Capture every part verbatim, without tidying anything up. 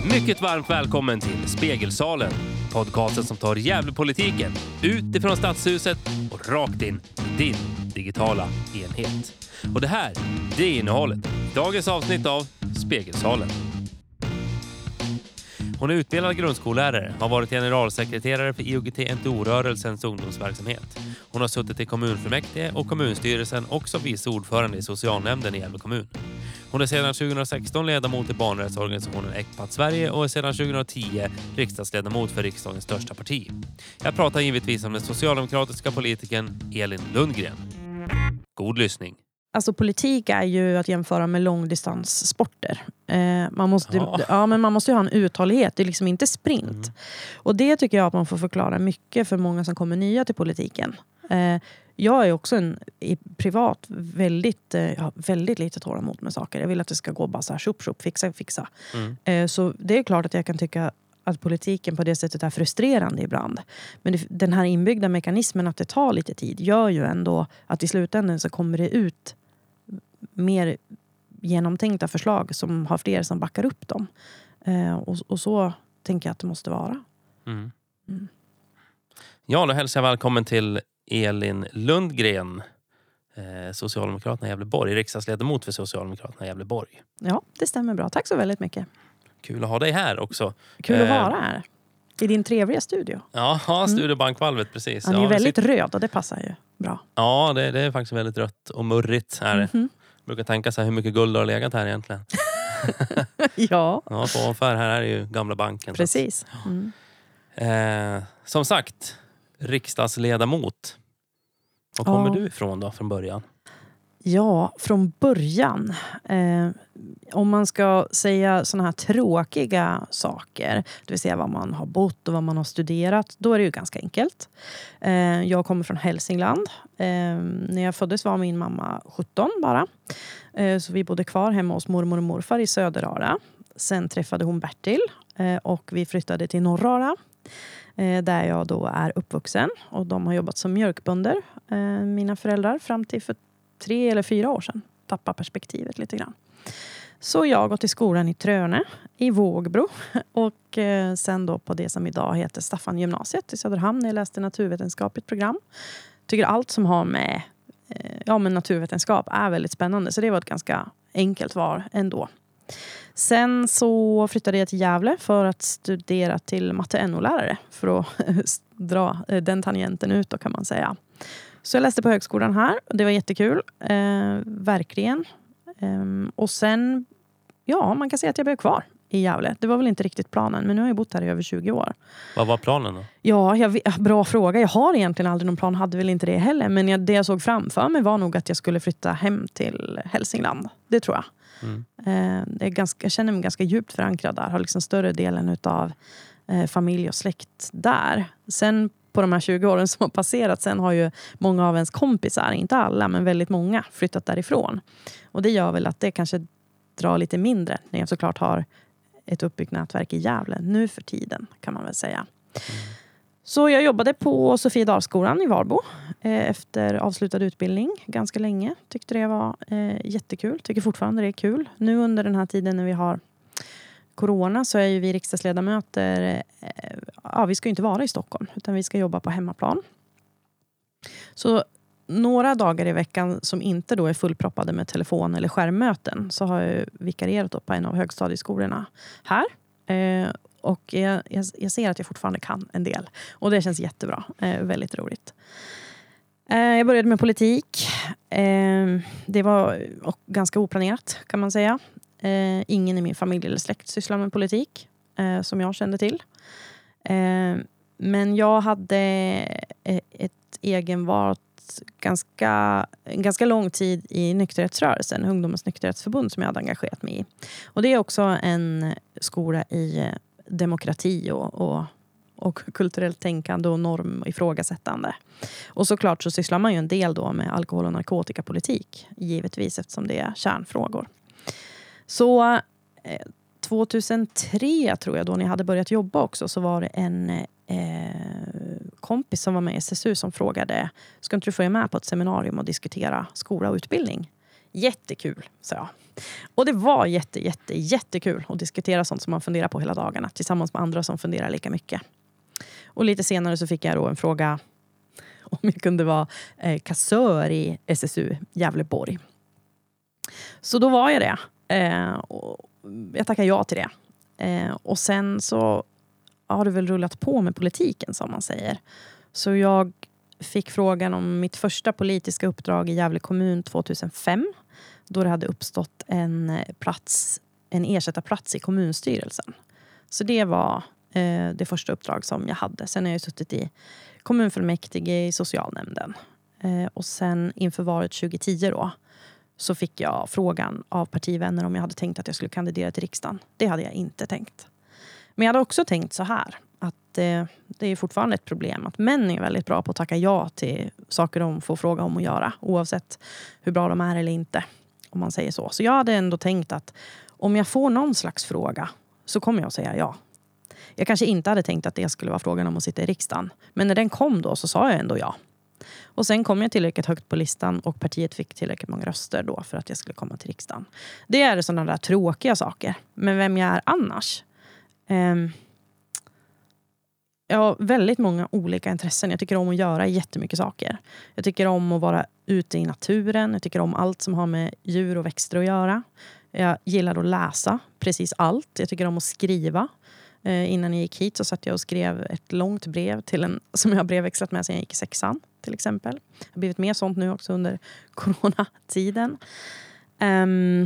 Mycket varmt välkommen till Spegelsalen. Podcasten som tar Gävlepolitiken utifrån stadshuset och rakt in i din digitala enhet. Och det här, det är innehållet i dagens avsnitt av Spegelsalen. Hon är utbildad grundskollärare, har varit generalsekreterare för I O G T N T O-rörelsens ungdomsverksamhet. Hon har suttit i kommunfullmäktige och kommunstyrelsen och som vice ordförande i socialnämnden i Gävle kommun. Hon är sedan tjugohundrasexton ledamot i barnrättsorganisationen ECPAT Sverige och är sedan tjugohundratio riksdagsledamot för riksdagens största parti. Jag pratar givetvis om den socialdemokratiska politikern Elin Lundgren. God lyssning. Alltså politik är ju att jämföra med långdistanssporter. Eh, man, måste, ja. Ja, men man måste ju ha en uthållighet. Det är liksom inte sprint. Mm. Och det tycker jag att man får förklara mycket för många som kommer nya till politiken. Eh, jag är också en i privat väldigt, eh, jag har väldigt lite tålamod med saker. Jag vill att det ska gå bara så här, tjup, tjup, fixa, fixa. Mm. Eh, så det är klart att jag kan tycka att politiken på det sättet är frustrerande ibland. Men det, den här inbyggda mekanismen att det tar lite tid gör ju ändå att i slutändan så kommer det ut mer genomtänkta förslag som har fler som backar upp dem. Eh, och, och så tänker jag att det måste vara. Mm. Mm. Ja, då hälsar jag välkommen till Elin Lundgren, eh, Socialdemokraterna i Gävleborg, riksdagsledamot för Socialdemokraterna i Gävleborg. Ja, det stämmer bra. Tack så väldigt mycket. Kul att ha dig här också. Kul att eh, vara här. I din trevliga studio. Ja, ja studiebankvalvet, precis. Han är ja, väldigt sitter... röd och det passar ju bra. Ja, det, det är faktiskt väldigt rött och murrigt här. Mm-hmm. Jag brukar tänka så här, hur mycket guld har legat här egentligen? ja. Ja, på ungefär här är ju gamla banken. Precis. Mm. Eh, som sagt, riksdagsledamot. Var kommer ja. du ifrån då från början? Ja, från början. Eh, om man ska säga såna här tråkiga saker, det vill säga vad man har bott och vad man har studerat, då är det ju ganska enkelt. Eh, jag kommer från Hälsingland. Eh, när jag föddes var min mamma sjutton bara. Eh, så vi bodde kvar hemma hos mormor och morfar i Söderara. Sen träffade hon Bertil eh, och vi flyttade till Norrara. Eh, där jag då är uppvuxen. Och de har jobbat som mjölkbönder, eh, mina föräldrar, fram till för tre eller fyra år sedan. Tappa perspektivet lite grann. Så jag har gått i skolan i Tröne, i Vågbro. Och eh, sen då på det som idag heter Staffan gymnasiet i Söderhamn. Jag läste naturvetenskapligt program. Tycker allt som har med, eh, ja, med naturvetenskap är väldigt spännande. Så det var ett ganska enkelt val ändå. Sen så flyttade jag till Gävle för att studera till matte-N O-lärare. För att dra den tangenten ut då, kan man säga. Så jag läste på högskolan här. Det var jättekul. Eh, verkligen. Eh, och sen, ja, man kan säga att jag blev kvar i Gävle. Det var väl inte riktigt planen, men nu har jag bott här i över tjugo år. Vad var planen då? Ja, jag, bra fråga. Jag har egentligen aldrig någon plan, hade väl inte det heller. Men jag, det jag såg framför mig var nog att jag skulle flytta hem till Hälsingland. Det tror jag. Mm. Eh, det är ganska, jag känner mig ganska djupt förankrad där. Har liksom större delen av eh, familj och släkt där. Sen på de här tjugo åren som har passerat, sen har ju många av ens kompisar, inte alla men väldigt många, flyttat därifrån. Och det gör väl att det kanske drar lite mindre när jag såklart har ett uppbyggt nätverk i Gävle nu för tiden, kan man väl säga. Mm. Så jag jobbade på Sofiedalsskolan i Varbo eh, efter avslutad utbildning ganska länge. Tyckte det var eh, jättekul. Tycker fortfarande det är kul. Nu under den här tiden när vi har corona så är ju vi riksdagsledamöter, eh, ja, vi ska ju inte vara i Stockholm utan vi ska jobba på hemmaplan. Så några dagar i veckan som inte då är fullproppade med telefon eller skärmmöten så har jag vikarierat på en av högstadieskolorna här. Eh, och jag, jag, jag ser att jag fortfarande kan en del. Och det känns jättebra. Eh, väldigt roligt. Eh, jag började med politik. Eh, det var ganska oplanerat kan man säga. Eh, ingen i min familj eller släkt sysslar med politik eh, som jag kände till. Eh, men jag hade ett egenvalt ganska, en ganska lång tid i nykterhetsrörelsen, Ungdomens nykterhetsförbund som jag hade engagerat mig i. Och det är också en skola i demokrati och, och, och kulturellt tänkande och norm ifrågasättande. Och såklart så sysslar man ju en del då med alkohol- och narkotikapolitik, givetvis eftersom det är kärnfrågor. Så eh, tjugohundratre tror jag då när jag hade börjat jobba också så var det en eh, kompis som var med i S S U som frågade, ska inte du få med på ett seminarium och diskutera skola och utbildning Jättekul, sa jag. Och det var jätte, jätte, jättekul att diskutera sånt som man funderar på hela dagarna tillsammans med andra som funderar lika mycket. Och lite senare så fick jag då en fråga om jag kunde vara eh, kassör i S S U Gävleborg. Så då var jag det. Eh, och jag tackar ja till det. Eh, och sen så har det väl rullat på med politiken, som man säger. Så jag fick frågan om mitt första politiska uppdrag i Gävle kommun tjugohundrafem. Då det hade uppstått en plats, en ersättarplats i kommunstyrelsen. Så det var eh, det första uppdrag som jag hade. Sen har jag suttit i kommunfullmäktige i socialnämnden. Eh, och sen inför valet tjugohundratio då, så fick jag frågan av partivänner om jag hade tänkt att jag skulle kandidera till riksdagen. Det hade jag inte tänkt. Men jag hade också tänkt så här. Att eh, det är fortfarande ett problem att män är väldigt bra på att tacka ja till saker de får fråga om att göra. Oavsett hur bra de är eller inte. Om man säger så. Så jag hade ändå tänkt att om jag får någon slags fråga så kommer jag att säga ja. Jag kanske inte hade tänkt att det skulle vara frågan om att sitta i riksdagen. Men när den kom då så sa jag ändå ja. Och sen kom jag tillräckligt högt på listan och partiet fick tillräckligt många röster då för att jag skulle komma till riksdagen. Det är sådana där tråkiga saker. Men vem jag är annars? Um, jag har väldigt många olika intressen. Jag tycker om att göra jättemycket saker. Jag tycker om att vara ute i naturen. Jag tycker om allt som har med djur och växter att göra. Jag gillar att läsa precis allt. Jag tycker om att skriva. Eh, innan jag gick hit så satt jag och skrev ett långt brev till en som jag har brevväxlat med sedan jag gick i sexan till exempel. Jag har blivit mer sånt nu också under coronatiden. Um,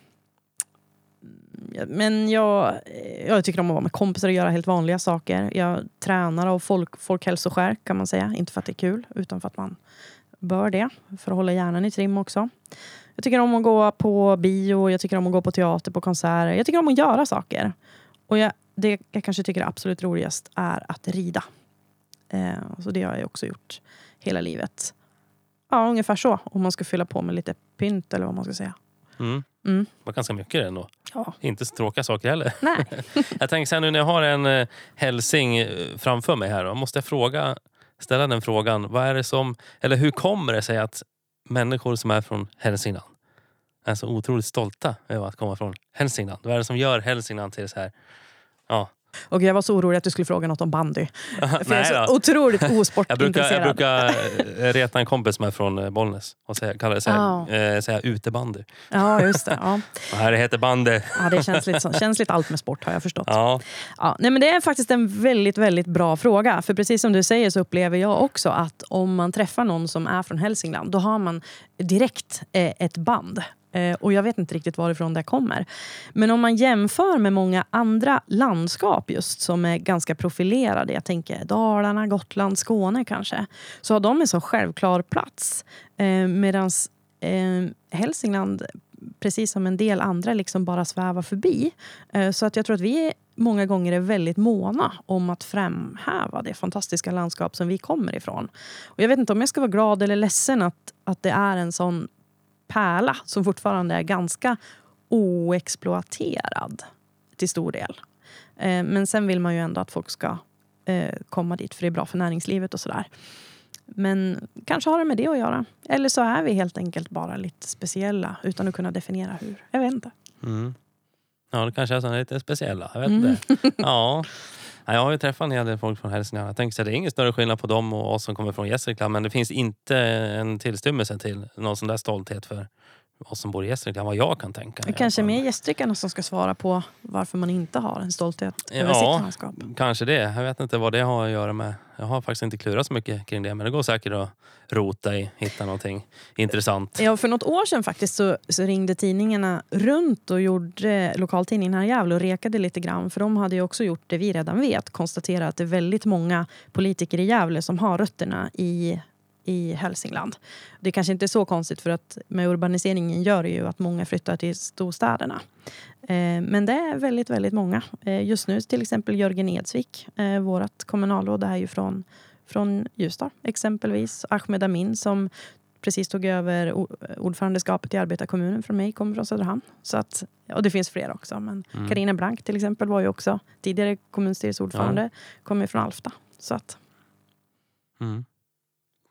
men jag, jag tycker om att vara med kompisar och göra helt vanliga saker. Jag tränar av folk, folkhälsoskär kan man säga. Inte för att det är kul utan för att man bör det. För att hålla hjärnan i trim också. Jag tycker om att gå på bio. Jag tycker om att gå på teater, på konserter. Jag tycker om att göra saker. Och jag, det jag kanske tycker är absolut roligast är att rida. Eh, så det har jag också gjort hela livet. Ja, ungefär så. Om man ska fylla på med lite pynt eller vad man ska säga. Mm. Mm. Det var ganska mycket ändå. Ja. Inte så tråkiga saker heller. Nej. Jag tänker sen nu när jag har en eh, hälsing framför mig här då, måste jag fråga, ställa den frågan. Vad är det som, eller hur kommer det sig att människor som är från Hälsingland är så otroligt stolta över att komma från Hälsingland? Vad är det som gör Hälsingland till så här, ja. Och jag var så orolig att du skulle fråga något om bandy. För Nej jag är så då. otroligt osportintresserad. Jag brukar, jag brukar reta en kompis som är från Bollnäs och säga, kallar det säga, Ah. eh, säga utebandy. Ja, just det. Ja. Och här heter bandy. Ja, det känns lite, så, känns lite allt med sport har jag förstått. Ja. Ja, nej, men det är faktiskt en väldigt, väldigt bra fråga. För precis som du säger så upplever jag också att om man träffar någon som är från Hälsingland, då har man direkt eh, ett band. Eh, och jag vet inte riktigt varifrån det kommer. Men om man jämför med många andra landskap just som är ganska profilerade, jag tänker Dalarna, Gotland, Skåne kanske, så har de en så självklar plats. Eh, Medan eh, Hälsingland, precis som en del andra, liksom bara svävar förbi. Eh, så att jag tror att vi många gånger är väldigt måna om att framhäva det fantastiska landskap som vi kommer ifrån. Och jag vet inte om jag ska vara glad eller ledsen att, att det är en sån pärla som fortfarande är ganska oexploaterad till stor del. Eh, men sen vill man ju ändå att folk ska eh, komma dit för det är bra för näringslivet och sådär. Men kanske har det med det att göra. Eller så är vi helt enkelt bara lite speciella utan att kunna definiera hur. Jag vet inte. Mm. Ja, det kanske är så lite speciella. Jag vet Mm. inte. Ja. Jag har ju träffat en hel del folk från Hälsingland. Jag tänker att det är ingen större skillnad på dem och oss som kommer från Gästrikland. Men det finns inte en tillstymmelse till någon sån där stolthet för oss som bor i Gästrikland. Vad jag kan tänka. Det kanske är mer gästrikarna som ska svara på varför man inte har en stolthet över Ja, sitt landskap. Kanske det. Jag vet inte vad det har att göra med. Jag har faktiskt inte klurat så mycket kring det. Men det går säkert att rota i, hitta någonting intressant. Ja, för något år sedan faktiskt så, så ringde tidningarna runt och gjorde lokaltidningen här i Gävle och rekade lite grann. För de hade ju också gjort det vi redan vet. Konstatera att det är väldigt många politiker i Gävle som har rötterna i, i Hälsingland. Det kanske inte är så konstigt för att med urbaniseringen gör det ju att många flyttar till storstäderna. Eh, men det är väldigt, väldigt många. Eh, just nu till exempel Jörgen Edsvik, eh, vårat kommunalråd, det är ju från Från Ljusdal exempelvis. Ahmed Amin som precis tog över ordförandeskapet i arbetarkommunen från mig kommer från Söderhamn. Så att, och det finns fler också. Men mm. Carina Blank till exempel var ju också tidigare kommunstyrelseordförande. Ja. Kommer från Alfta. Så att. Mm.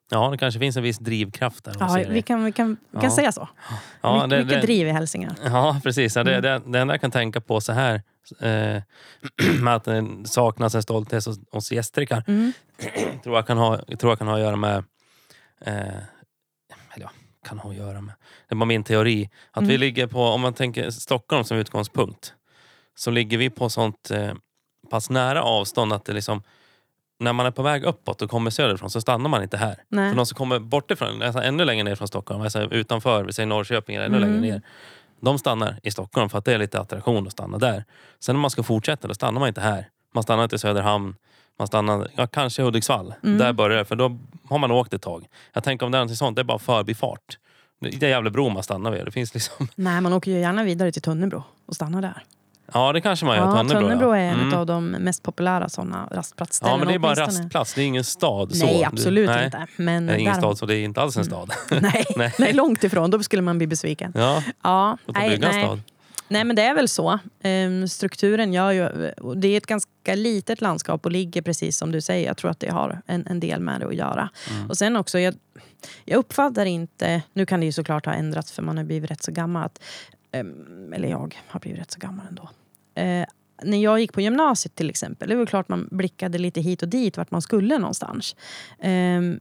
Ja, det kanske finns en viss drivkraft där. Ja, vi kan, vi kan, vi kan ja. säga så. Ja, My, det, mycket det, driv i Hälsingland. Ja, precis. Ja, det, Mm. det, det enda jag kan tänka på så här eh, med att det saknas en stolthet hos, hos gästrikar Mm. tror jag kan ha, tror jag kan ha att göra med eh, eller ja, kan ha att göra med det var min teori. Att Mm. vi ligger på, om man tänker Stockholm som utgångspunkt, så ligger vi på sånt eh, pass nära avstånd att det liksom, när man är på väg uppåt och kommer söderifrån så stannar man inte här. Nej. För de som kommer bortifrån, alltså ännu längre ner från Stockholm, alltså utanför, vi säger Norrköping eller ännu Mm. längre ner, de stannar i Stockholm för att det är lite attraktion att stanna där. Sen när man ska fortsätta, då stannar man inte här. Man stannar inte i Söderhamn, man stannar, ja, kanske i Hudiksvall. Mm. Där börjar det, för då har man åkt ett tag. Jag tänker om det är något sånt, det är bara förbifart. Det är jävla bro man stannar vid. Det finns liksom... Nej, man åker ju gärna vidare till Tunnebro och stannar där. Ja, det kanske man gör. Ja, Tunnebro, Tunnebro ja. är en Mm. av de mest populära sådana rastplatsställen. Ja, men det är bara åtminstone. rastplats. Det är ingen stad. Så. Nej, absolut nej. inte. Men Det är ingen där... stad, så det är inte alls en stad. nej, Nej. nej, långt ifrån. Då skulle man bli besviken. Ja, Ja, låt oss nej, bygga en nej. stad. Nej, men det är väl så. Ehm, strukturen gör ju... och det är ett ganska litet landskap och ligger precis som du säger. Jag tror att det har en, en del med det att göra. Mm. Och sen också, jag, jag uppfattar inte... Nu kan det ju såklart ha ändrats för man har blivit rätt så gammal. Att, um, eller jag har blivit rätt så gammal ändå. Uh, när jag gick på gymnasiet till exempel, det var klart man blickade lite hit och dit vart man skulle någonstans. Um,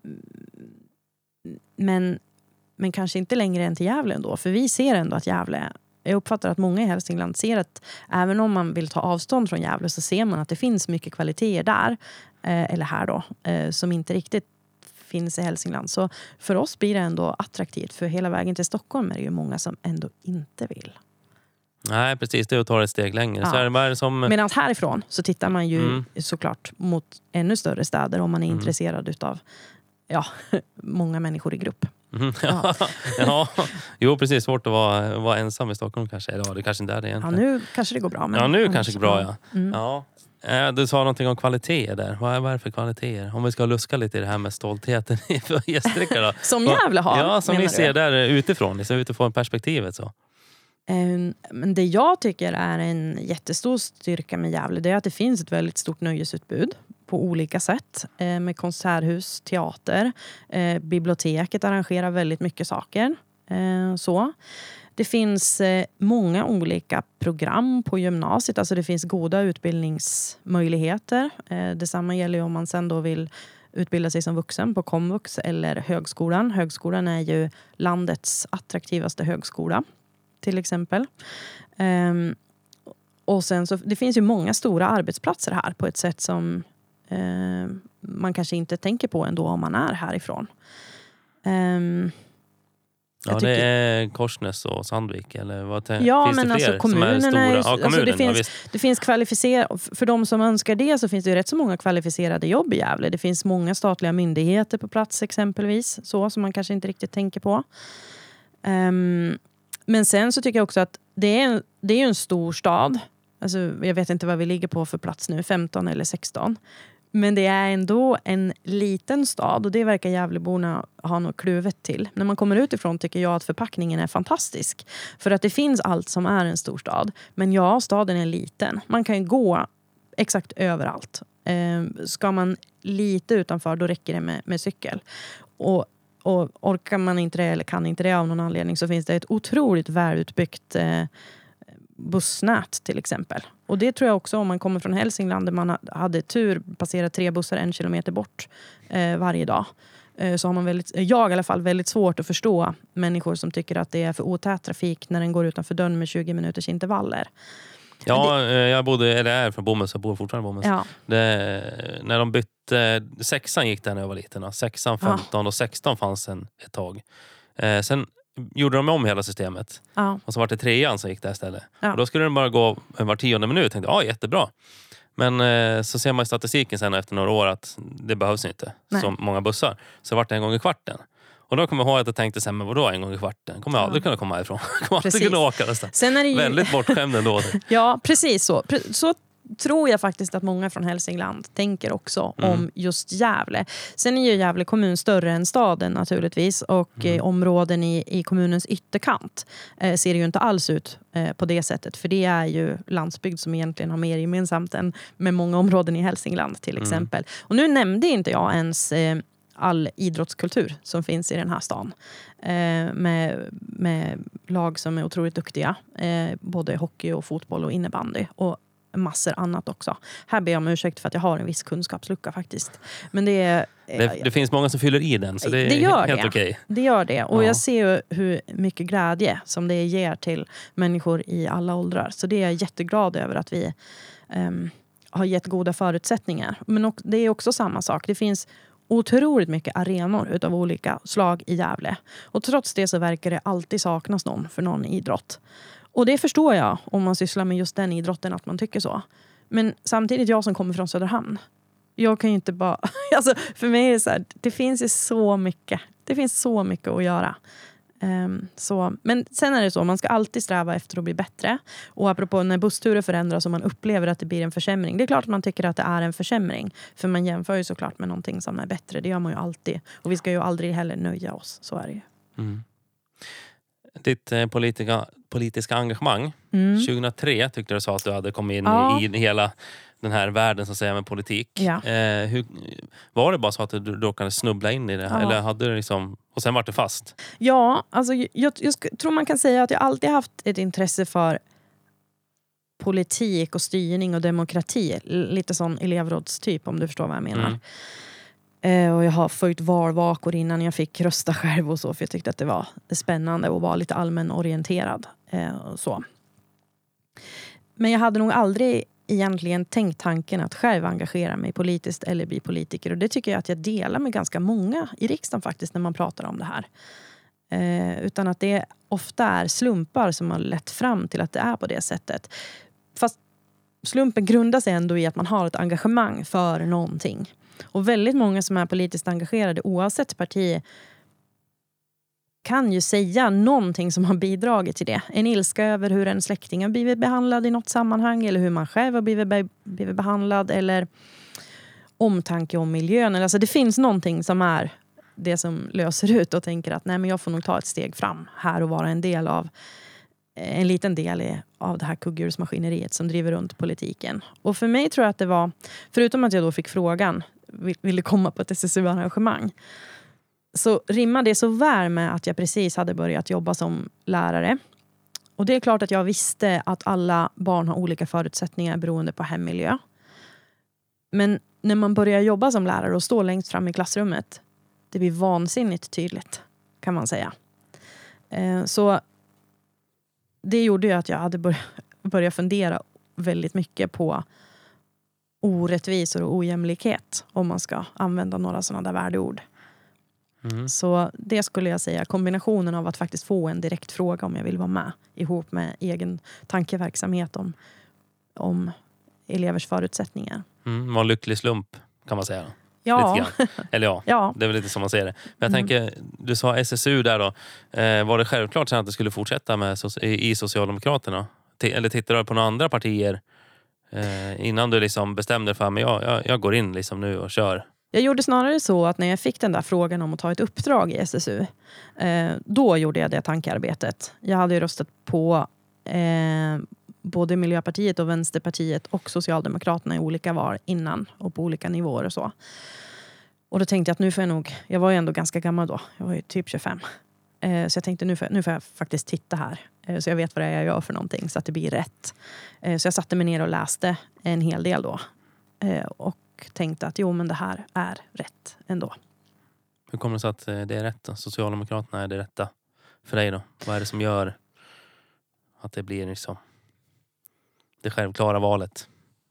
men, men kanske inte längre än till Gävle ändå. För vi ser ändå att Gävle... Jag uppfattar att många i Hälsingland ser att även om man vill ta avstånd från Gävle så ser man att det finns mycket kvaliteter där, eh, eller här då, eh, som inte riktigt finns i Hälsingland. Så för oss blir det ändå attraktivt, för hela vägen till Stockholm är det ju många som ändå inte vill. Nej, precis. Det är att ta ett steg längre. Ja. Så är det, vad är det som... Medan härifrån så tittar man ju Mm. såklart mot ännu större städer om man är Mm. intresserad utav ja, många människor i grupp. Mm. Ja. ja, jo precis. Svårt att vara, vara ensam i Stockholm kanske. Eller ja, det kanske inte är det Ja, egentligen. nu kanske det går bra. Men ja, nu annars- kanske det går bra, ja. Mm. ja. Eh, Du sa någonting om kvaliteter där. Vad är, vad är det för kvaliteter? Om vi ska luska lite i det här med stoltheten för gästrikar då. Som Gävle har, Ja, som menar vi ser du? där utifrån. Liksom utifrån perspektivet så. Eh, Men det jag tycker är en jättestor styrka med Gävle, det är att det finns ett väldigt stort nöjesutbud på olika sätt. Eh, Med konserthus, teater, eh, biblioteket arrangerar väldigt mycket saker. Eh, Så. Det finns eh, många olika program på gymnasiet. Alltså det finns goda utbildningsmöjligheter. Eh, Detsamma gäller ju om man sen då vill utbilda sig som vuxen på komvux eller högskolan. Högskolan är ju landets attraktivaste högskola till exempel. Um, och sen så, det finns ju många stora arbetsplatser här på ett sätt som uh, man kanske inte tänker på ändå om man är härifrån. Um, Ja, jag det tycker- är Korsnäs och Sandvik eller vad te- Ja, finns men det fler alltså som är kommunerna stora? är ju- Ja, alltså, kommunen, det ja, finns- visst. Det finns kvalificerade, för de som önskar det så finns det ju rätt så många kvalificerade jobb i Gävle. Det finns många statliga myndigheter på plats exempelvis, så som man kanske inte riktigt tänker på. Um, men sen så tycker jag också att det är, en, det är ju en stor stad. Alltså, jag vet inte vad vi ligger på för plats nu, femton eller sexton. Men det är ändå en liten stad och det verkar Gävleborna ha något kluvet till. När man kommer utifrån tycker jag att förpackningen är fantastisk. För att det finns allt som är en stor stad. Men ja, staden är liten. Man kan ju gå exakt överallt. Eh, ska man lite utanför, då räcker det med, med cykel. Och, och orkar man inte det eller kan inte det av någon anledning så finns det ett otroligt välutbyggt eh, bussnät till exempel. Och det tror jag också om man kommer från Hälsingland där man ha- hade tur passera tre bussar en kilometer bort eh, varje dag. Eh, så har man väldigt, jag i alla fall väldigt svårt att förstå människor som tycker att det är för otät trafik när den går utanför dörren med tjugo minuters intervaller. Ja, eh, jag bodde, eller är från Bomhus, jag bor fortfarande i Bomhus. Ja, Det, när de bytte, sexan gick där när jag var liten. då. Sexan, femton och sexton fanns en, ett tag. Eh, sen gjorde de om hela systemet. ja, Och så var det trean som gick där istället. Ja. Och då skulle den bara gå var tionde minut. Jag tänkte, ja jättebra. Men eh, så ser man i statistiken sen efter några år att det behövs inte Nej. så många bussar. Så vart det en gång i kvarten. Och då kommer jag ihåg att jag tänkte sen, men vadå en gång i kvarten? Kommer jag aldrig kunna komma härifrån? Kommer aldrig Precis. kunna åka någonstans. sen är det ju... Väldigt bortskämd ändå. Ja, precis så. Pre- Så tror jag faktiskt att många från Hälsingland tänker också Mm. om just Gävle. Sen är ju Gävle kommun större än staden naturligtvis och Mm. eh, områden i, i kommunens ytterkant eh, ser ju inte alls ut eh, på det sättet. För det är ju landsbygd som egentligen har mer gemensamt än med många områden i Hälsingland till Mm. exempel. Och nu nämnde inte jag ens eh, all idrottskultur som finns i den här stan. Eh, med, med lag som är otroligt duktiga. Eh, både hockey och fotboll och innebandy. Och massor annat också. Här ber jag om ursäkt för att jag har en viss kunskapslucka faktiskt. Men det är... Det, det finns många som fyller i den, så det är det gör helt det. okej. Det gör det. Och Ja. jag ser ju hur mycket glädje som det ger till människor i alla åldrar. Så det är jag jätteglad över att vi um, har gett goda förutsättningar. Men också, det är också samma sak. Det finns otroligt mycket arenor utav olika slag i Gävle. Och trots det så verkar det alltid saknas någon för någon idrott. Och det förstår jag om man sysslar med just den idrotten att man tycker så. Men samtidigt jag som kommer från Söderhamn. Jag kan ju inte bara... Alltså för mig är det så här, det finns ju så mycket. Det finns så mycket att göra. Um, så. Men sen är det så, man ska alltid sträva efter att bli bättre. Och apropå när bussturer förändras och man upplever att det blir en försämring. Det är klart att man tycker att det är en försämring. För man jämför ju såklart med någonting som är bättre. Det gör man ju alltid. Och vi ska ju aldrig heller nöja oss. Så är det ju. Mm. Ditt eh, politika, politiska engagemang. Mm. tjugohundratre tyckte du sa att du hade kommit in Ja. i, i hela den här världen som säger med politik. Ja. Eh, hur, var det bara så att du råkade snubbla in i det här? Ja. Eller hade du liksom... Och sen var det fast? Ja, alltså jag, jag sk- tror man kan säga att jag alltid haft ett intresse för politik och styrning och demokrati. L- lite sån elevrådstyp om du förstår vad jag menar. Mm. Eh, och jag har följt valvakor innan jag fick rösta själv och så. För jag tyckte att det var spännande att vara lite allmänorienterad. Eh, och så. Men jag hade nog aldrig egentligen tänkt tanken att själv engagera mig politiskt eller bli politiker. Och det tycker jag att jag delar med ganska många i riksdagen faktiskt när man pratar om det här. Eh, utan att det ofta är slumpar som har lett fram till att det är på det sättet. Fast slumpen grundar sig ändå i att man har ett engagemang för någonting. Och väldigt många som är politiskt engagerade oavsett parti kan ju säga någonting som har bidragit till det. En ilska över hur en släkting har blivit behandlad i något sammanhang. Eller hur man själv har blivit, be- blivit behandlad. Eller omtanke om miljön. Alltså det finns någonting som är det som löser ut och tänker att nej, men jag får nog ta ett steg fram här och vara en del av en liten del i, av det här kugghjulsmaskineriet som driver runt politiken. Och för mig tror jag att det var, förutom att jag då fick frågan, vill, ville komma på ett S S U-arrangemang, så rimmade det så väl med att jag precis hade börjat jobba som lärare. Och det är klart att jag visste att alla barn har olika förutsättningar beroende på hemmiljö. Men när man börjar jobba som lärare och stå längst fram i klassrummet, det blir vansinnigt tydligt, kan man säga. Eh, så det gjorde ju att jag hade bör- börjat fundera väldigt mycket på orättvisor och ojämlikhet, om man ska använda några sådana där värdeord. Mm. Så det skulle jag säga, kombinationen av att faktiskt få en direkt fråga om jag vill vara med, ihop med egen tankeverksamhet om, om elevers förutsättningar. Mm, var en lycklig slump kan man säga. Ja. Eller ja, Ja. det är väl lite som man ser det. Men jag Mm. tänker, du sa S S U där då. Eh, var det självklart sen att du skulle fortsätta med so- i, i Socialdemokraterna? T- eller tittade du på några andra partier eh, innan du liksom bestämde dig för att jag, jag, jag går in liksom nu och kör? Jag gjorde snarare så att när jag fick den där frågan om att ta ett uppdrag i S S U, eh, då gjorde jag det tankearbetet. Jag hade ju röstat på eh, både Miljöpartiet och Vänsterpartiet och Socialdemokraterna i olika val innan och på olika nivåer och så. Och då tänkte jag att nu får jag nog, jag var ju ändå ganska gammal då, jag var ju typ tjugofem. Eh, så jag tänkte nu får, nu får jag faktiskt titta här. Eh, så jag vet vad det är jag gör för någonting så att det blir rätt. Eh, så jag satte mig ner och läste en hel del då. Eh, och tänkte att jo, men det här är rätt ändå. Hur kommer det sig att eh, det är rätt då? Socialdemokraterna är det rätta för dig då? Vad är det som gör att det blir liksom det självklara valet?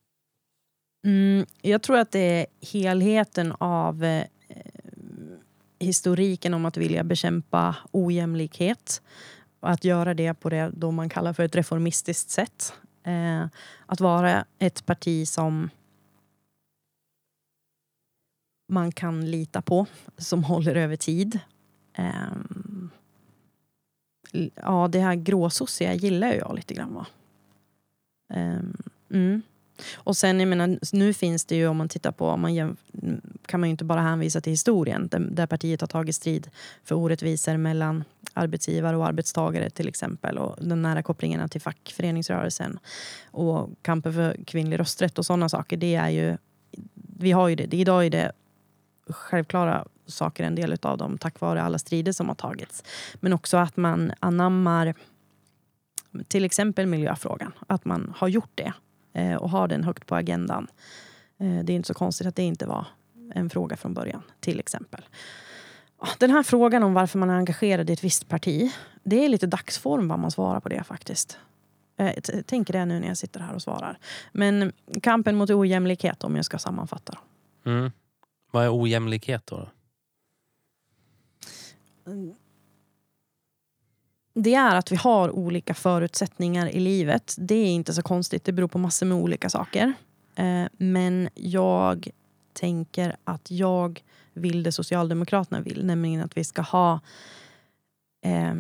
Mm, jag tror att det är helheten av eh, historiken om att vilja bekämpa ojämlikhet. Och att göra det på det då man kallar för ett reformistiskt sätt. Eh, att vara ett parti som man kan lita på, som håller över tid. Um, ja, det här gråsossiga gillar jag lite grann, va? Um, mm. Och sen, jag menar, nu finns det ju, om man tittar på, om man jämf- kan man ju inte bara hänvisa till historien, där, där partiet har tagit strid för orättvisor mellan arbetsgivare och arbetstagare till exempel, och den nära kopplingen till fackföreningsrörelsen och kampen för kvinnlig rösträtt och sådana saker. Det är ju, vi har ju det, det idag är det självklara saker, en del av dem tack vare alla strider som har tagits. Men också att man anammar till exempel miljöfrågan. Att man har gjort det eh, och har den högt på agendan. Eh, det är inte så konstigt att det inte var en fråga från början, till exempel. Den här frågan om varför man är engagerad i ett visst parti, det är lite dagsform vad man svarar på det faktiskt. Jag tänker det nu när jag sitter här och svarar. Men kampen mot ojämlikhet, om jag ska sammanfatta. Mm. Vad är ojämlikhet då? Det är att vi har olika förutsättningar i livet. Det är inte så konstigt, det beror på massor med olika saker. Men jag tänker att jag vill det Socialdemokraterna vill, nämligen att vi ska ha eh,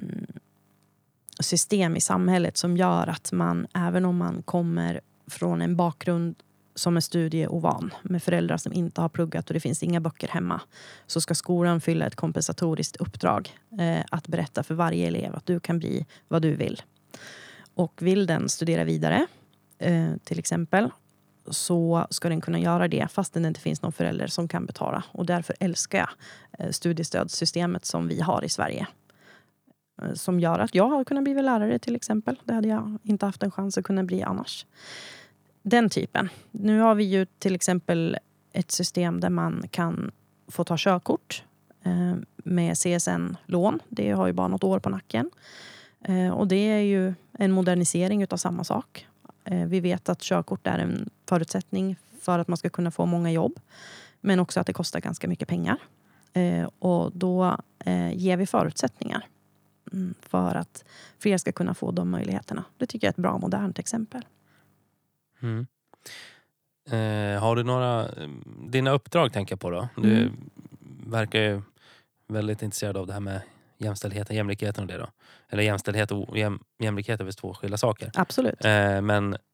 system i samhället som gör att man, även om man kommer från en bakgrund som är studieovan, med föräldrar som inte har pluggat och det finns inga böcker hemma, så ska skolan fylla ett kompensatoriskt uppdrag eh, att berätta för varje elev att du kan bli vad du vill. Och vill den studera vidare, eh, till exempel, så ska den kunna göra det fast det inte finns någon förälder som kan betala. Och därför älskar jag eh, studiestödssystemet som vi har i Sverige. Eh, som gör att jag har kunnat bli lärare till exempel. Det hade jag inte haft en chans att kunna bli annars. Den typen. Nu har vi ju till exempel ett system där man kan få ta körkort eh, med C S N-lån. Det har ju bara något år på nacken. Eh, och det är ju en modernisering utav samma sak. Eh, vi vet att körkort är en förutsättning för att man ska kunna få många jobb. Men också att det kostar ganska mycket pengar. Eh, och då eh, ger vi förutsättningar mm, för att fler ska kunna få de möjligheterna. Det tycker jag är ett bra modernt exempel. Mm. Eh, har du några dina uppdrag tänker jag på då? Du mm. verkar ju väldigt intresserad av det här med jämställdheten, jämlikheten och det då. Eller jämställdhet och jäm, jämlikhet är väl två skilda saker. Absolut. Eh, men eh,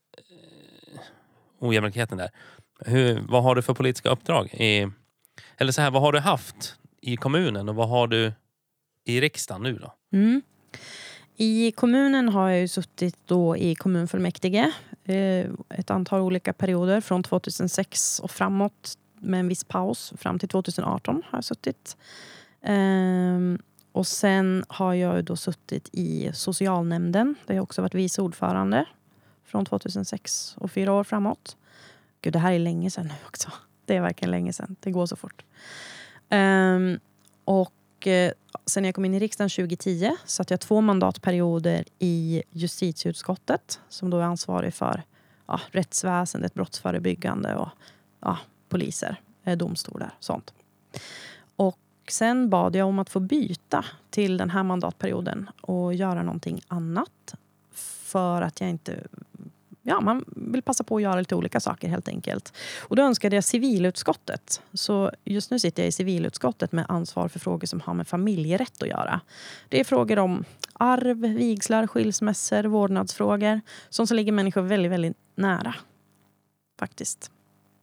ojämlikheten där. Hur, vad har du för politiska uppdrag? I, eller så här, vad har du haft i kommunen och vad har du i riksdagen nu då? Mm. I kommunen har jag ju suttit då i kommunfullmäktige eh, ett antal olika perioder från tjugohundrasex och framåt med en viss paus fram till tjugoarton har jag suttit. Eh, och sen har jag då suttit i socialnämnden där jag också varit vice ordförande från tjugohundrasex och fyra år framåt. Gud, det här är länge sedan nu också. Det är verkligen länge sedan. Det går så fort. Eh, och sen jag kom in i riksdagen tjugohundratio så att jag två mandatperioder i justitieutskottet som då är ansvarig för ja, rättsväsendet, brottsförebyggande och ja, poliser, domstolar, sånt. Och sen bad jag om att få byta till den här mandatperioden och göra någonting annat för att jag inte... Ja, man vill passa på att göra lite olika saker helt enkelt. Och då önskade jag civilutskottet. Så just nu sitter jag i civilutskottet med ansvar för frågor som har med familjerätt att göra. Det är frågor om arv, vigslar, skilsmässor, vårdnadsfrågor. Sånt som ligger människor väldigt, väldigt nära. Faktiskt.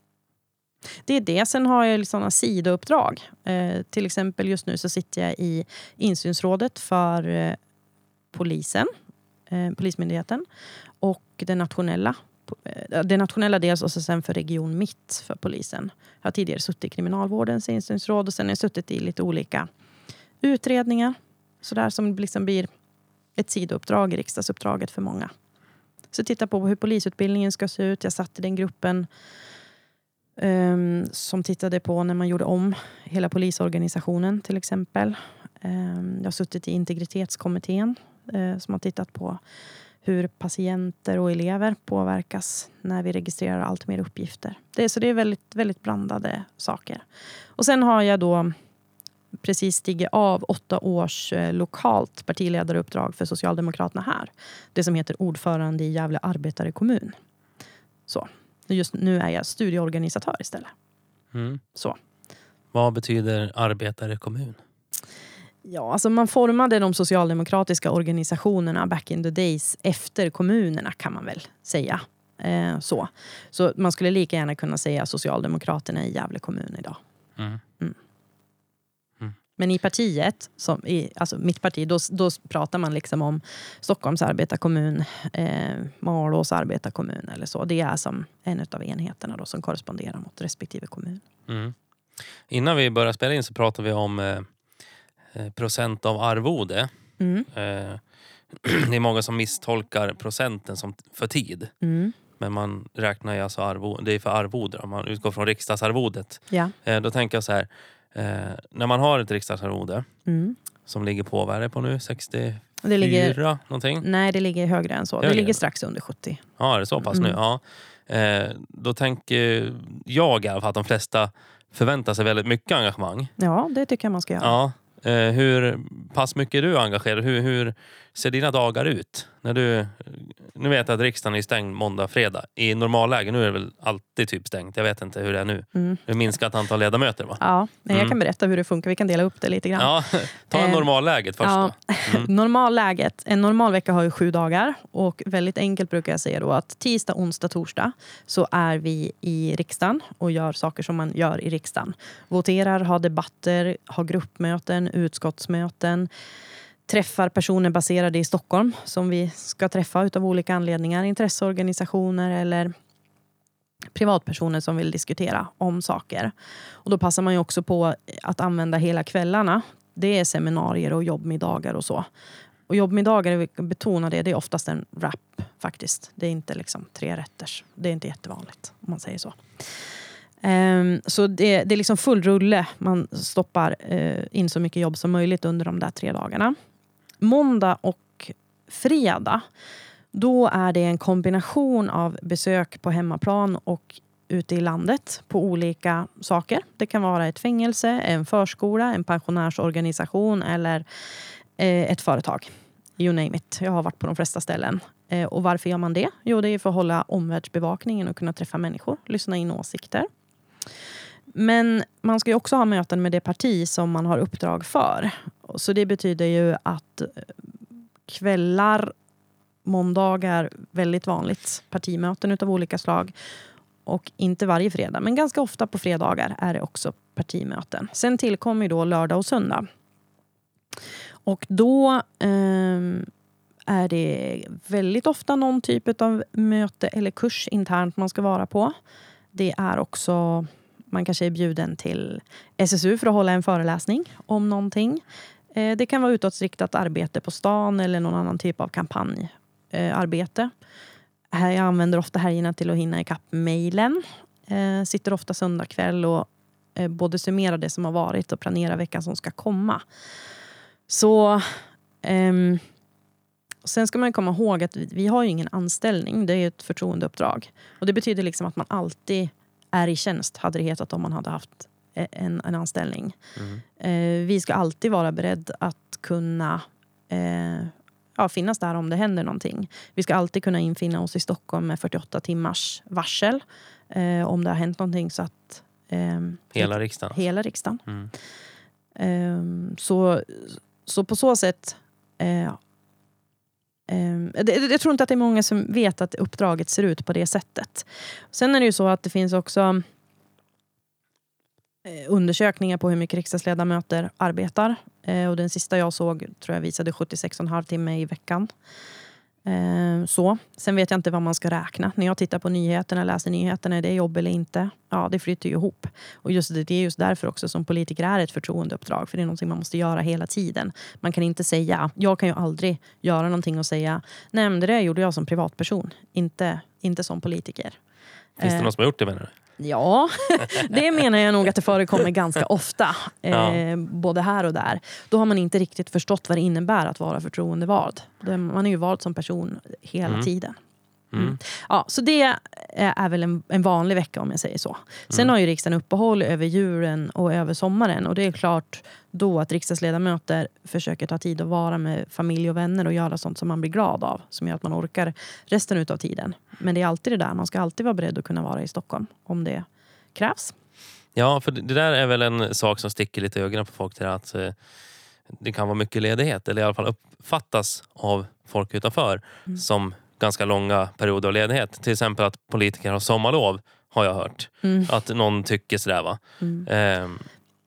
Det är det. Sen har jag sådana sidouppdrag. Eh, till exempel just nu så sitter jag i insynsrådet för eh, polisen. Eh, polismyndigheten. Och den nationella, den nationella dels och så sen för region mitt för polisen. Jag har tidigare suttit i kriminalvårdens insynsråd och sen har jag suttit i lite olika utredningar. Så där som liksom blir ett sidouppdrag i riksdagsuppdraget för många. Så titta på hur polisutbildningen ska se ut. Jag satt i den gruppen um, som tittade på när man gjorde om hela polisorganisationen till exempel. Um, jag har suttit i integritetskommittén uh, som har tittat på hur patienter och elever påverkas när vi registrerar allt mer uppgifter. Det är, så det är väldigt, väldigt blandade saker. Och sen har jag då precis stigit av åtta års eh, lokalt partiledaruppdrag för Socialdemokraterna här. Det som heter ordförande i Gävle arbetare kommun. Så. Just nu är jag studieorganisatör istället. Mm. Så. Vad betyder arbetare kommun? Ja, alltså man formade de socialdemokratiska organisationerna back in the days efter kommunerna kan man väl säga. Eh, så. så man skulle lika gärna kunna säga Socialdemokraterna i Gävle kommun idag. Mm. Mm. Mm. Men i partiet, som i, alltså mitt parti, då, då pratar man liksom om Stockholms arbetarkommun, eh, Malås arbetarkommun eller så. Det är som en av enheterna då som korresponderar mot respektive kommun. Mm. Innan vi börjar spela in så pratar vi om eh, procent av arvode. Mm. Eh, det är många som misstolkar procenten som för tid. Mm. Men man räknar ju alltså arvode, det är för arvode. Om man utgår från riksdagsarvodet. Ja. Eh, då tänker jag så här. Eh, när man har ett riksdagsarvode Mm. som ligger på, vad är det på nu? sextiofyra Det ligger, någonting? nej, det ligger högre än så. Högre. Det ligger strax under sjuttio. Ja, är det så pass Mm. nu? Ja. Eh, då tänker jag i alla fall att de flesta förväntar sig väldigt mycket engagemang. Ja, det tycker jag man ska göra. Ja. Eh, hur pass mycket är du engagerad? Hur, hur ser dina dagar ut? När du, nu vet jag att riksdagen är stängd måndag, fredag. I normalläge, nu är det väl alltid typ stängt. Jag vet inte hur det är nu. Mm. Det är minskat antal ledamöter, va? Ja, nej, jag Mm. kan berätta hur det funkar. Vi kan dela upp det lite grann. Ja, ta Eh, normalläget först ja. då. Mm. Normalläget, en normal vecka har ju sju dagar. Och väldigt enkelt brukar jag säga då att tisdag, onsdag, torsdag så är vi i riksdagen och gör saker som man gör i riksdagen. Voterar, har debatter, har gruppmöten, utskottsmöten. Träffar personer baserade i Stockholm som vi ska träffa utav olika anledningar. Intresseorganisationer eller privatpersoner som vill diskutera om saker. Och då passar man ju också på att använda hela kvällarna. Det är seminarier och jobbmiddagar och så. Och jobbmiddagar, jag vill betona det, det är oftast en wrap faktiskt. Det är inte liksom tre rätters. Det är inte jättevanligt om man säger så. Um, så det, det är liksom full rulle. Man stoppar uh, in så mycket jobb som möjligt under de där tre dagarna. Måndag och fredag, då är det en kombination av besök på hemmaplan och ute i landet på olika saker. Det kan vara ett fängelse, en förskola, en pensionärsorganisation eller eh, ett företag. You name it. Jag har varit på de flesta ställen. Eh, och varför gör man det? Jo, det är för att hålla omvärldsbevakningen och kunna träffa människor, lyssna in åsikter. Men man ska ju också ha möten med det parti som man har uppdrag för. Så det betyder ju att kvällar, måndagar, väldigt vanligt partimöten utav olika slag. Och inte varje fredag, men ganska ofta på fredagar är det också partimöten. Sen tillkommer ju då lördag och söndag. Och då eh, är det väldigt ofta någon typ av möte eller kurs internt man ska vara på. Det är också, man kanske är bjuden till S S U för att hålla en föreläsning om någonting. Eh, det kan vara utåtriktat arbete på stan eller någon annan typ av kampanjarbete. Eh, jag använder ofta helgerna till att hinna ikapp mejlen. Eh, sitter ofta söndag kväll och eh, både summerar det som har varit och planerar veckan som ska komma. Så ehm, sen ska man komma ihåg att vi, vi har ju ingen anställning. Det är ett förtroendeuppdrag. Och det betyder liksom att man alltid är i tjänst, hade det hetat om man hade haft en, en anställning. Mm. Eh, vi ska alltid vara beredd att kunna eh, ja, finnas där om det händer någonting. Vi ska alltid kunna infinna oss i Stockholm med fyrtioåtta timmars varsel. Eh, om det har hänt någonting så att... Eh, hela riksdagen. Hela riksdagen. Mm. Eh, så, så på så sätt... Eh, Um, det, jag tror inte att det är många som vet att uppdraget ser ut på det sättet. Sen är det ju så att det finns också eh, undersökningar på hur mycket riksdagsledamöter arbetar. Eh, och den sista jag såg tror jag visade sjuttiosex komma fem timme i veckan. Eh, så. Sen vet jag inte vad man ska räkna. När jag tittar på nyheterna, läser nyheterna, är det jobb eller inte? Ja, det flyter ju ihop. Och just det, det är just därför också som politiker är ett förtroendeuppdrag. För det är någonting man måste göra hela tiden. Man kan inte säga, jag kan ju aldrig göra någonting och säga, nej men det där gjorde jag som privatperson. Inte, inte som politiker. Finns det eh, någon som har gjort det, menar du? Ja, det menar jag nog att det förekommer ganska ofta. Eh, Ja. Både här och där. Då har man inte riktigt förstått vad det innebär att vara förtroendevald. Man är ju vald som person hela Mm. tiden. Mm. Mm. Ja, så det är väl en, en vanlig vecka om jag säger så. Sen Mm. har ju riksdagen uppehåll över julen och över sommaren. Och det är klart då att riksdagsledamöter försöker ta tid att vara med familj och vänner och göra sånt som man blir glad av. Som gör att man orkar resten av tiden. Men det är alltid det där. Man ska alltid vara beredd att kunna vara i Stockholm om det krävs. Ja, för det där är väl en sak som sticker lite i ögonen på folk, till att eh, det kan vara mycket ledighet, eller i alla fall uppfattas av folk utanför Mm. som ganska långa perioder av ledighet. Till exempel att politiker har sommarlov, har jag hört. Mm. Att någon tycker sådär, va. Mm. Eh,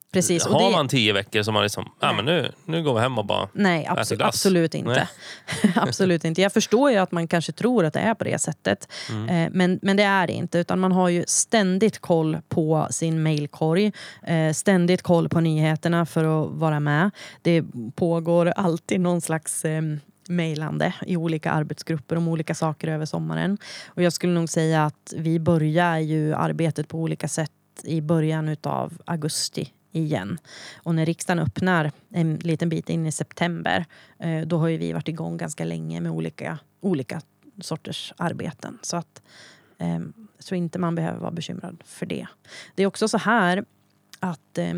Precis. Har det... man tio veckor som man liksom, ja men nu, nu går vi hem och bara Nej, abso- absolut inte. Absolut inte. Jag förstår ju att man kanske tror att det är på det sättet. Mm. Eh, men, men det är det inte. Utan man har ju ständigt koll på sin mailkorg. Eh, ständigt koll på nyheterna för att vara med. Det pågår alltid någon slags... Eh, mejlande i olika arbetsgrupper om olika saker över sommaren. Och jag skulle nog säga att vi börjar ju arbetet på olika sätt i början utav augusti igen. Och när riksdagen öppnar en liten bit in i september, då har ju vi varit igång ganska länge med olika, olika sorters arbeten. Så att eh, så inte man behöver vara bekymrad för det. Det är också så här att eh,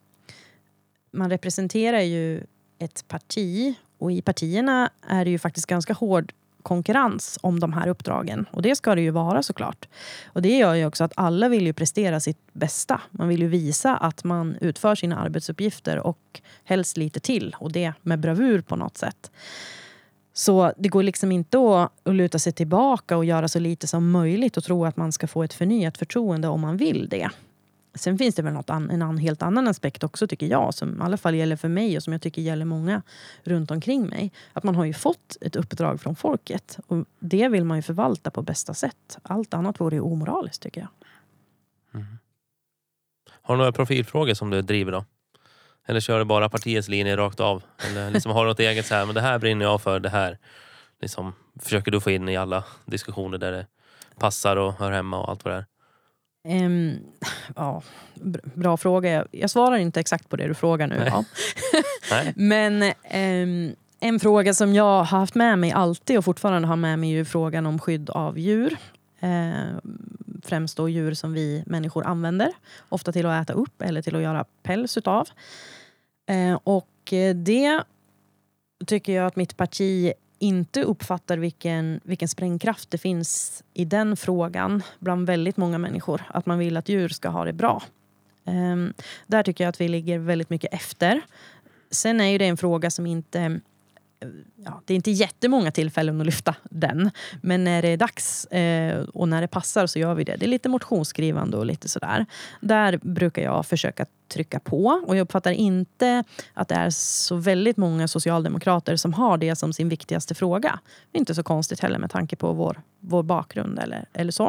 man representerar ju ett parti, och i partierna är det ju faktiskt ganska hård konkurrens om de här uppdragen. Och det ska det ju vara såklart. Och det gör ju också att alla vill ju prestera sitt bästa. Man vill ju visa att man utför sina arbetsuppgifter och helst lite till. Och det med bravur på något sätt. Så det går liksom inte att, att luta sig tillbaka och göra så lite som möjligt och tro att man ska få ett förnyat förtroende om man vill det. Sen finns det väl något an, en an, helt annan aspekt också tycker jag, som i alla fall gäller för mig och som jag tycker gäller många runt omkring mig. Att man har ju fått ett uppdrag från folket och det vill man ju förvalta på bästa sätt. Allt annat vore ju omoraliskt tycker jag. Mm. Har du några profilfrågor som du driver då? Eller kör du bara partiets linje rakt av? Eller liksom har du något eget så här, men det här brinner jag för, det här liksom, försöker du få in i alla diskussioner där det passar och hör hemma och allt vad det är? Um, ja, bra fråga. Jag, jag svarar inte exakt på det du frågar nu. Ja. Men um, en fråga som jag har haft med mig alltid och fortfarande har med mig är ju frågan om skydd av djur. Uh, främst då djur som vi människor använder. Ofta till att äta upp eller till att göra päls utav. Uh, och det tycker jag att mitt parti inte uppfattar vilken, vilken sprängkraft det finns i den frågan bland väldigt många människor. Att man vill att djur ska ha det bra. Um, där tycker jag att vi ligger väldigt mycket efter. Sen är ju det en fråga som inte... Ja, det är inte jättemånga tillfällen att lyfta den. Men när det är dags eh, och när det passar så gör vi det. Det är lite motionsskrivande och lite sådär. Där brukar jag försöka trycka på. Och jag uppfattar inte att det är så väldigt många socialdemokrater som har det som sin viktigaste fråga. Det är inte så konstigt heller med tanke på vår, vår bakgrund eller, eller så.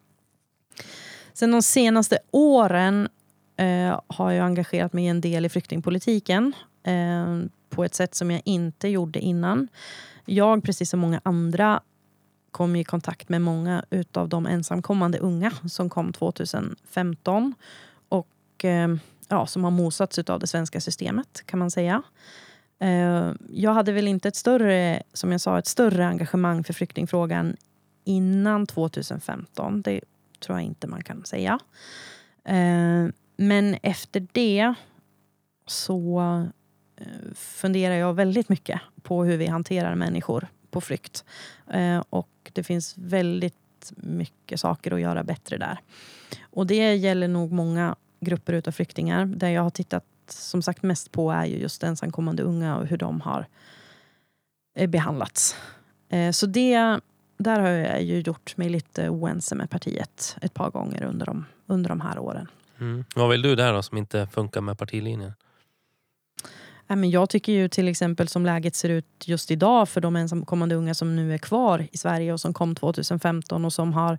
Sen de senaste åren eh, har jag engagerat mig en del i flyktingpolitiken. Eh, på ett sätt som jag inte gjorde innan. Jag, precis som många andra, kom i kontakt med många utav de ensamkommande unga som kom tjugohundrafemton och eh, ja, som har mosats utav det svenska systemet kan man säga. Eh, jag hade väl inte ett större, som jag sa, ett större engagemang för flyktingfrågan innan tjugohundrafemton. Det tror jag inte man kan säga. Eh, men efter det så funderar jag väldigt mycket på hur vi hanterar människor på flykt. Eh, och det finns väldigt mycket saker att göra bättre där. Och det gäller nog många grupper utav flyktingar. Där jag har tittat som sagt mest på är ju just ensamkommande unga och hur de har eh, behandlats. Eh, så det, där har jag ju gjort mig lite oense med partiet ett par gånger under de, under de här åren. Mm. Vad vill du där då som inte funkar med partilinjen? Men jag tycker ju till exempel som läget ser ut just idag för de ensamkommande unga som nu är kvar i Sverige och som kom tjugohundrafemton och som har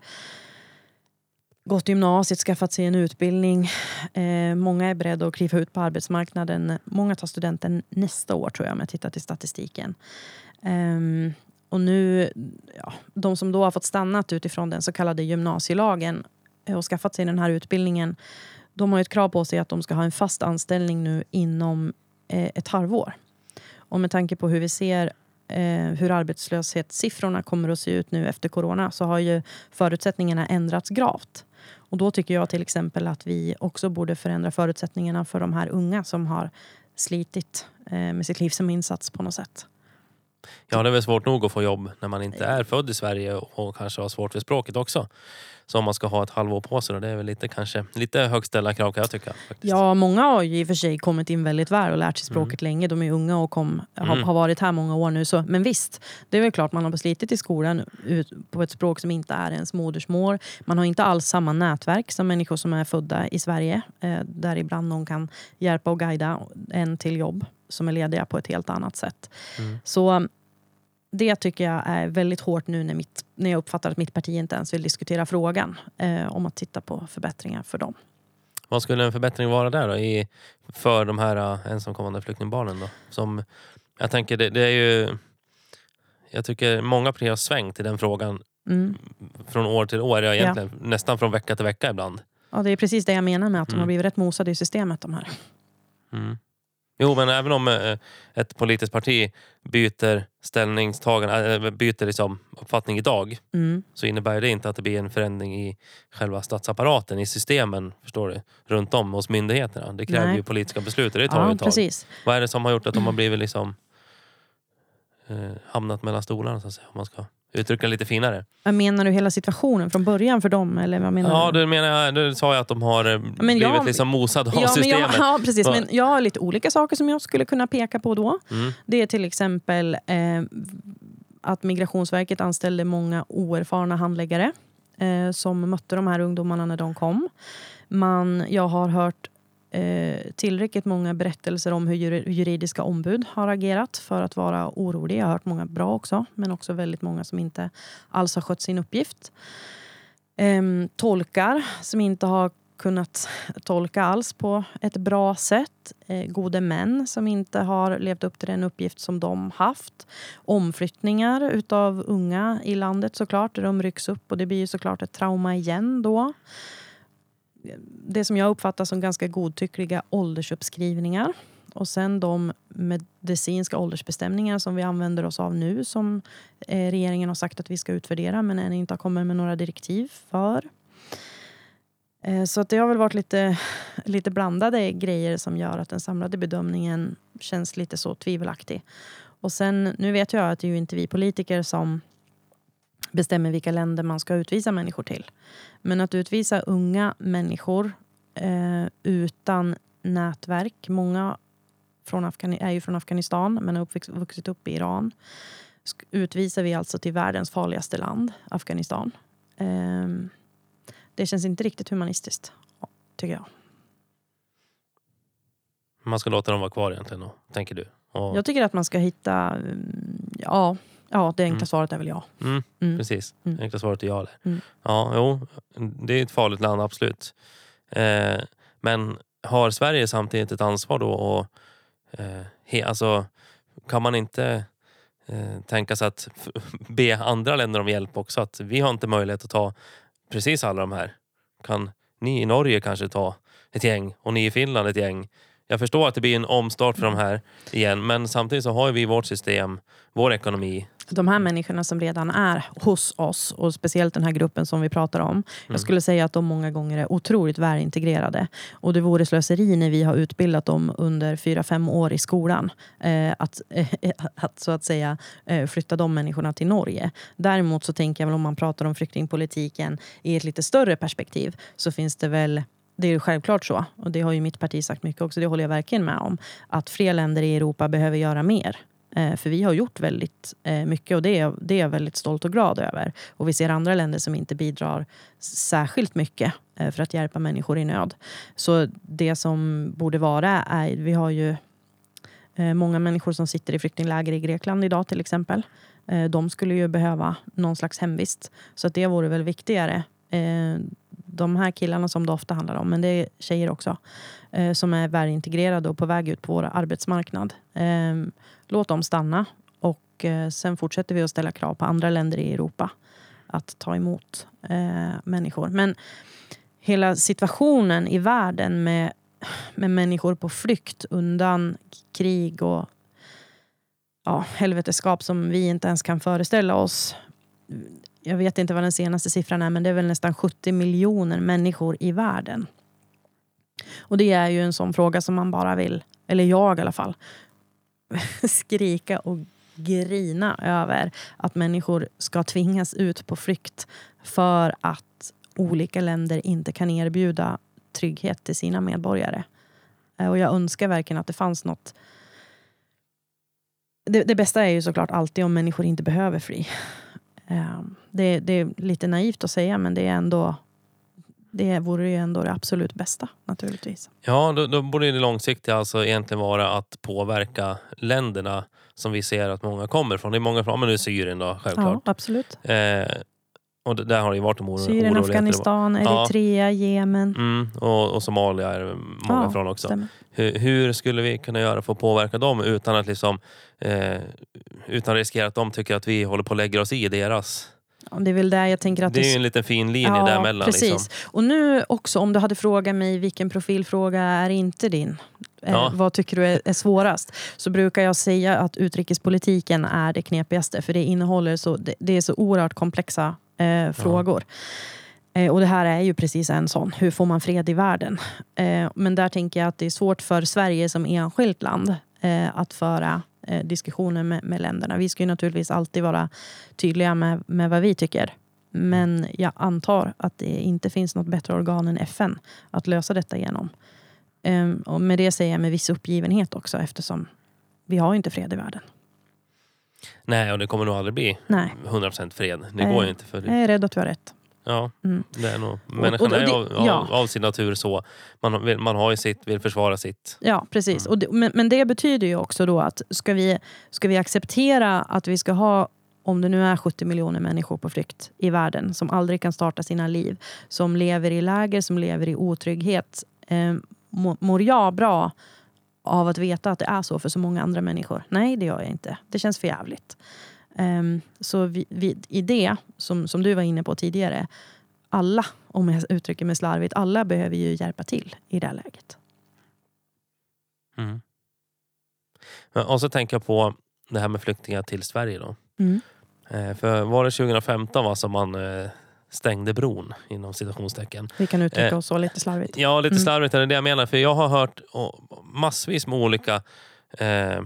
gått gymnasiet, skaffat sig en utbildning. Eh, många är beredda att kliva ut på arbetsmarknaden. Många tar studenten nästa år tror jag om jag tittar till statistiken. Eh, och nu, ja, de som då har fått stannat utifrån den så kallade gymnasielagen och skaffat sig den här utbildningen, de har ett krav på sig att de ska ha en fast anställning nu inom ett halvår. Och med tanke på hur vi ser eh, hur arbetslöshetssiffrorna kommer att se ut nu efter corona så har ju förutsättningarna ändrats gravt. Och då tycker jag till exempel att vi också borde förändra förutsättningarna för de här unga som har slitit eh, med sitt liv som insats på något sätt. Ja, det är väl svårt nog att få jobb när man inte är född i Sverige och, och kanske har svårt för språket också. Så om man ska ha ett halvår på sig, då, det är väl lite, kanske, lite högt ställda krav kan jag tycka. Faktiskt. Ja, många har ju i och för sig kommit in väldigt väl och lärt sig språket mm. länge. De är unga och kom, mm. har, har varit här många år nu. Så, men visst, det är väl klart man har beslitit i skolan ut, på ett språk som inte är ens modersmål. Man har inte alls samma nätverk som människor som är födda i Sverige. Eh, där ibland någon kan hjälpa och guida en till jobb som är lediga på ett helt annat sätt. Mm. Så det tycker jag är väldigt hårt nu när, mitt, när jag uppfattar att mitt parti inte ens vill diskutera frågan eh, om att titta på förbättringar för dem. Vad skulle en förbättring vara där då i, för de här uh, ensamkommande flyktingbarnen då? Som, jag tänker det, det är ju, jag tycker många partier har svängt i den frågan mm. från år till år, ja, egentligen ja. nästan från vecka till vecka ibland. Ja, det är precis det jag menar med att mm. de har blivit rätt mosade i systemet de här. Mm. Jo, men även om eh, ett politiskt parti byter ställningstagande, äh, byter liksom uppfattning idag mm. så innebär det inte att det blir en förändring i själva statsapparaten, i systemen, förstår du, runt om hos myndigheterna. Det kräver Nej. ju politiska beslut, det tar ja, ju ett tag. Precis. Vad är det som har gjort att de har blivit liksom eh, hamnat mellan stolarna, så att säga, om man ska uttrycka lite finare? Vad menar du, hela situationen från början för dem? Eller vad menar ja, du? du menar, du sa ju att de har blivit jag, liksom mosad av ja, systemet. Men jag, ja, precis. Men jag har lite olika saker som jag skulle kunna peka på då. Mm. Det är till exempel eh, att Migrationsverket anställde många oerfarna handläggare eh, som mötte de här ungdomarna när de kom. Man, jag har hört tillräckligt många berättelser om hur juridiska ombud har agerat för att vara orolig. Jag har hört många bra också, men också väldigt många som inte alls har skött sin uppgift. Ehm, tolkar som inte har kunnat tolka alls på ett bra sätt. Ehm, gode män som inte har levt upp till den uppgift som de haft. Omflyttningar utav unga i landet såklart, där de rycks upp, och det blir ju såklart ett trauma igen då. Det som jag uppfattar som ganska godtyckliga åldersuppskrivningar. Och sen de medicinska åldersbestämningar som vi använder oss av nu, som eh, regeringen har sagt att vi ska utvärdera men än inte har kommit med några direktiv för. Eh, så att det har väl varit lite, lite blandade grejer som gör att den samlade bedömningen känns lite så tvivelaktig. Och sen, nu vet jag att det är ju inte vi politiker som bestämmer vilka länder man ska utvisa människor till. Men att utvisa unga människor eh, utan nätverk. Många från Afgan- är ju från Afghanistan men har uppvuxit, vuxit upp i Iran. Utvisar vi alltså till världens farligaste land, Afghanistan. Eh, det känns inte riktigt humanistiskt, tycker jag. Man ska låta dem vara kvar egentligen då, tänker du? Och... Jag tycker att man ska hitta... Ja... Ja, det enkla mm. svaret är väl ja. Mm, mm. Precis, mm. enkla svaret är ja. Eller? Mm. Ja, jo, det är ett farligt land, absolut. Eh, men har Sverige samtidigt ett ansvar då? Och, eh, he, alltså, kan man inte eh, tänka sig att f- be andra länder om hjälp också? Att vi har inte möjlighet att ta precis alla de här. Kan ni i Norge kanske ta ett gäng och ni i Finland ett gäng? Jag förstår att det blir en omstart för de här igen, men samtidigt så har vi vårt system, vår ekonomi. De här människorna som redan är hos oss, och speciellt den här gruppen som vi pratar om. Mm. Jag skulle säga att de många gånger är otroligt väl integrerade. Och det vore slöseri när vi har utbildat dem under fyra, fem år i skolan. Eh, att, eh, att så att säga eh, flytta de människorna till Norge. Däremot så tänker jag väl, om man pratar om flyktingpolitiken i ett lite större perspektiv, så finns det väl... Det är ju självklart så, och det har ju mitt parti sagt mycket också, det håller jag verkligen med om, att fler länder i Europa behöver göra mer. Eh, för vi har gjort väldigt eh, mycket, och det är, det är jag väldigt stolt och glad över. Och vi ser andra länder som inte bidrar särskilt mycket eh, för att hjälpa människor i nöd. Så det som borde vara är, vi har ju eh, många människor som sitter i flyktingläger i Grekland idag till exempel. Eh, de skulle ju behöva någon slags hemvist. Så att det vore väl viktigare. Eh, de här killarna som det ofta handlar om, men det är tjejer också, eh, som är välintegrerade och på väg ut på vår arbetsmarknad. Eh, låt dem stanna, och eh, sen fortsätter vi att ställa krav på andra länder i Europa att ta emot eh, människor. Men hela situationen i världen med, med människor på flykt undan krig och ja, helveteskap som vi inte ens kan föreställa oss. Jag vet inte vad den senaste siffran är, men det är väl nästan sjuttio miljoner människor i världen. Och det är ju en sån fråga som man bara vill, eller jag i alla fall, skrika och grina över att människor ska tvingas ut på flykt för att olika länder inte kan erbjuda trygghet till sina medborgare. Och jag önskar verkligen att det fanns något. Det, det bästa är ju såklart alltid om människor inte behöver fly. Det, det är lite naivt att säga, men det är ändå det vore ju ändå det absolut bästa naturligtvis. Ja, då, då borde det långsiktiga alltså egentligen vara att påverka länderna som vi ser att många kommer från. Det är många från, men nu är Syrien då, självklart. Ja, absolut. Eh, och där har det ju varit de oro- Syrien, Afghanistan, Eritrea, ja. Jemen. Mm, och, och Somalia är många ja, från också. Hur, hur skulle vi kunna göra för att påverka dem utan att liksom eh, utan att riskera att de tycker att vi håller på att lägga oss i deras? Ja, det är väl där jag tänker att det är det... ju en liten fin linje ja, däremellan. Precis. Liksom. Och nu också, om du hade frågat mig vilken profilfråga är inte din? Ja. Eh, vad tycker du är, är svårast? Så brukar jag säga att utrikespolitiken är det knepigaste. För det innehåller så, det, det är så oerhört komplexa eh, frågor. Ja. Eh, och det här är ju precis en sån. Hur får man fred i världen? Eh, men där tänker jag att det är svårt för Sverige som enskilt land eh, att föra eh, diskussioner med, med länderna. Vi ska ju naturligtvis alltid vara tydliga med, med vad vi tycker. Men jag antar att det inte finns något bättre organ än F N att lösa detta genom. Um, och med det säger jag med viss uppgivenhet också, eftersom vi har inte fred i världen. Nej, och det kommer nog aldrig bli Nej. hundra procent fred. Det Nej. går ju inte. För det. Jag är rädd att du har rätt. Ja, mm. det är nog. Människan och, och, och det, är av, ja. av, av sin natur så. Man, vill, man har ju sitt, vill försvara sitt. Ja, precis. Mm. Och det, men, men det betyder ju också då att ska vi, ska vi acceptera att vi ska ha, om det nu är sjuttio miljoner människor på flykt i världen som aldrig kan starta sina liv, som lever i läger, som lever i otrygghet. Eh, mår jag bra av att veta att det är så för så många andra människor? Nej, det gör jag inte. Det känns för jävligt. Um, så vi, vi, i det, som, som du var inne på tidigare, alla, om jag uttrycker mig slarvigt, alla behöver ju hjälpa till i det här läget. Mm. Och så tänker jag på det här med flyktingar till Sverige då. Mm. Eh, för var det tjugo femton va, som man eh, stängde bron inom citationstecken. Vi kan uttrycka oss så lite slarvigt. Ja, lite mm. slarvigt är det det jag menar. För jag har hört oh, massvis med olika eh,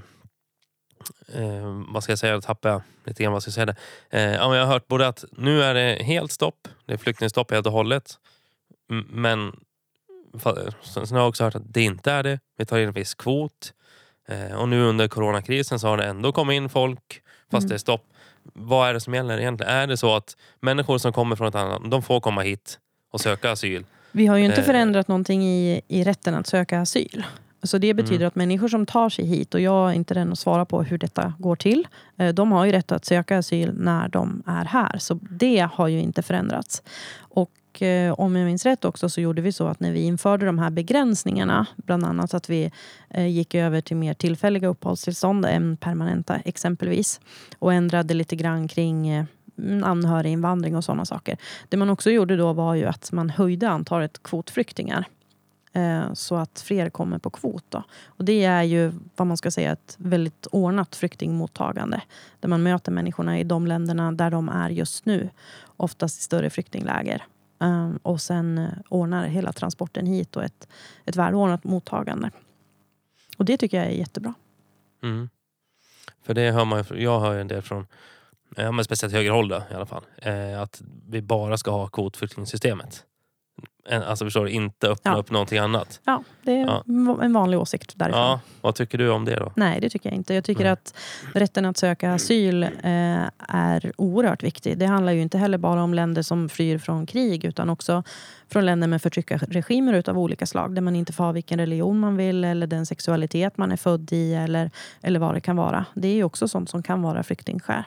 eh, vad ska jag säga, jag tappar lite grann vad ska jag säga det. Eh, ja, jag har hört både att nu är det helt stopp, det är flyktingstopp helt och hållet. M- men sen har jag också hört att det inte är det. Vi tar in en viss kvot. Eh, och nu under coronakrisen så har det ändå kommit in folk fast mm. det är stopp. Vad är det som gäller egentligen? Är det så att människor som kommer från ett annat, de får komma hit och söka asyl? Vi har ju inte eh. förändrat någonting i, i rätten att söka asyl. Så det betyder mm. att människor som tar sig hit, och jag är inte den att svara på hur detta går till, de har ju rätt att söka asyl när de är här. Så det har ju inte förändrats. Och eh, om jag minns rätt också så gjorde vi så att när vi införde de här begränsningarna, bland annat att vi eh, gick över till mer tillfälliga uppehållstillstånd än permanenta exempelvis, och ändrade lite grann kring eh, anhöriginvandring och sådana saker. Det man också gjorde då var ju att man höjde antalet kvotflyktingar. Så att fler kommer på kvot då. Och det är ju vad man ska säga ett väldigt ordnat flyktingmottagande. Där man möter människorna i de länderna där de är just nu. Oftast i större flyktingläger. Och sen ordnar hela transporten hit och ett, ett välordnat mottagande. Och det tycker jag är jättebra. Mm. För det hör man, jag hör ju en del från, ja, men speciellt högerhåll då, i alla fall. Eh, att vi bara ska ha kvotflyktingsystemet. Alltså förstår du, inte öppna ja. upp någonting annat. Ja, det är ja. en vanlig åsikt därifrån. Ja, vad tycker du om det då? Nej, det tycker jag inte. Jag tycker Nej. att rätten att söka asyl eh, är oerhört viktig. Det handlar ju inte heller bara om länder som flyr från krig, utan också från länder med förtryckarregimer utav olika slag. Där man inte får ha vilken religion man vill, eller den sexualitet man är född i, eller, eller vad det kan vara. Det är ju också sånt som kan vara flyktingskäl.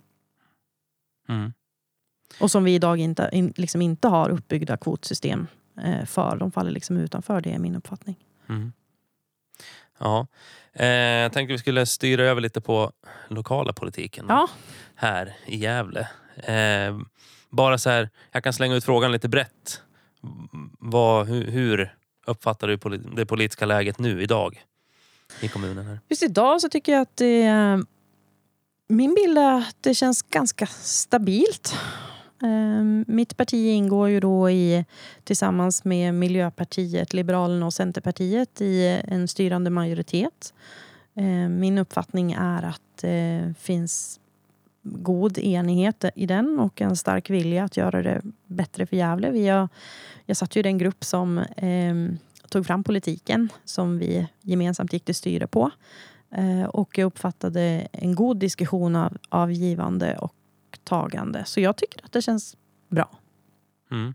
Mm. Och som vi idag inte, in, liksom inte har uppbyggda kvotsystem eh, för. De faller liksom utanför, det är min uppfattning. Mm. Ja, eh, jag tänkte vi skulle styra över lite på lokala politiken. Ja. Här i Gävle. Eh, bara så här, jag kan slänga ut frågan lite brett. Vad, hur, hur uppfattar du polit- det politiska läget nu idag i kommunen här? Just idag så tycker jag att det, min bild är att det känns ganska stabilt. Um, mitt parti ingår ju då i, tillsammans med Miljöpartiet, Liberalerna och Centerpartiet i en styrande majoritet. Eh, min uppfattning är att det eh, finns god enighet i den och en stark vilja att göra det bättre för Gävle. Vi har, jag satt ju i den grupp som eh, tog fram politiken som vi gemensamt gick till styre på. Eh, och jag uppfattade en god diskussion av, av givande och tagande. Så jag tycker att det känns bra. Mm.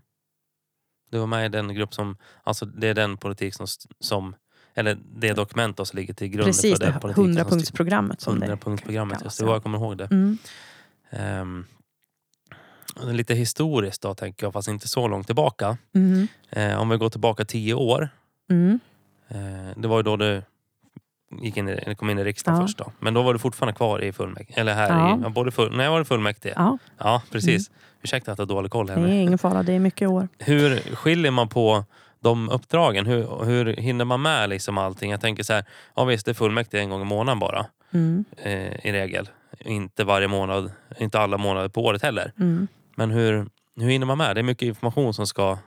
Du var med i den grupp som, alltså det är den politik som, som eller det dokument som ligger till grund Precis, för det politiken. hundra-punktsprogrammet som det hundra-punktsprogrammet, just det, ja. jag kommer ihåg det. Mm. Um, lite historiskt då tänker jag, fast inte så långt tillbaka. Mm. Uh, om vi går tillbaka tio år. Mm. Uh, det var ju då du gick in i, kom in i riksdagen ja. först då. Men då var du fortfarande kvar i fullmäktige. Eller här ja. i, både full, nej, var det fullmäktige? Ja. Ja, precis. Mm. Ursäkta att jag har dålig koll här. Det är ingen fara, det är mycket år. Hur skiljer man på de uppdragen? Hur, hur hinner man med liksom allting? Jag tänker så här, ja visst det är fullmäktige en gång i månaden bara. Mm. Eh, i regel. Inte varje månad, inte alla månader på året heller. Mm. Men hur, hur hinner man med? Det är mycket information som ska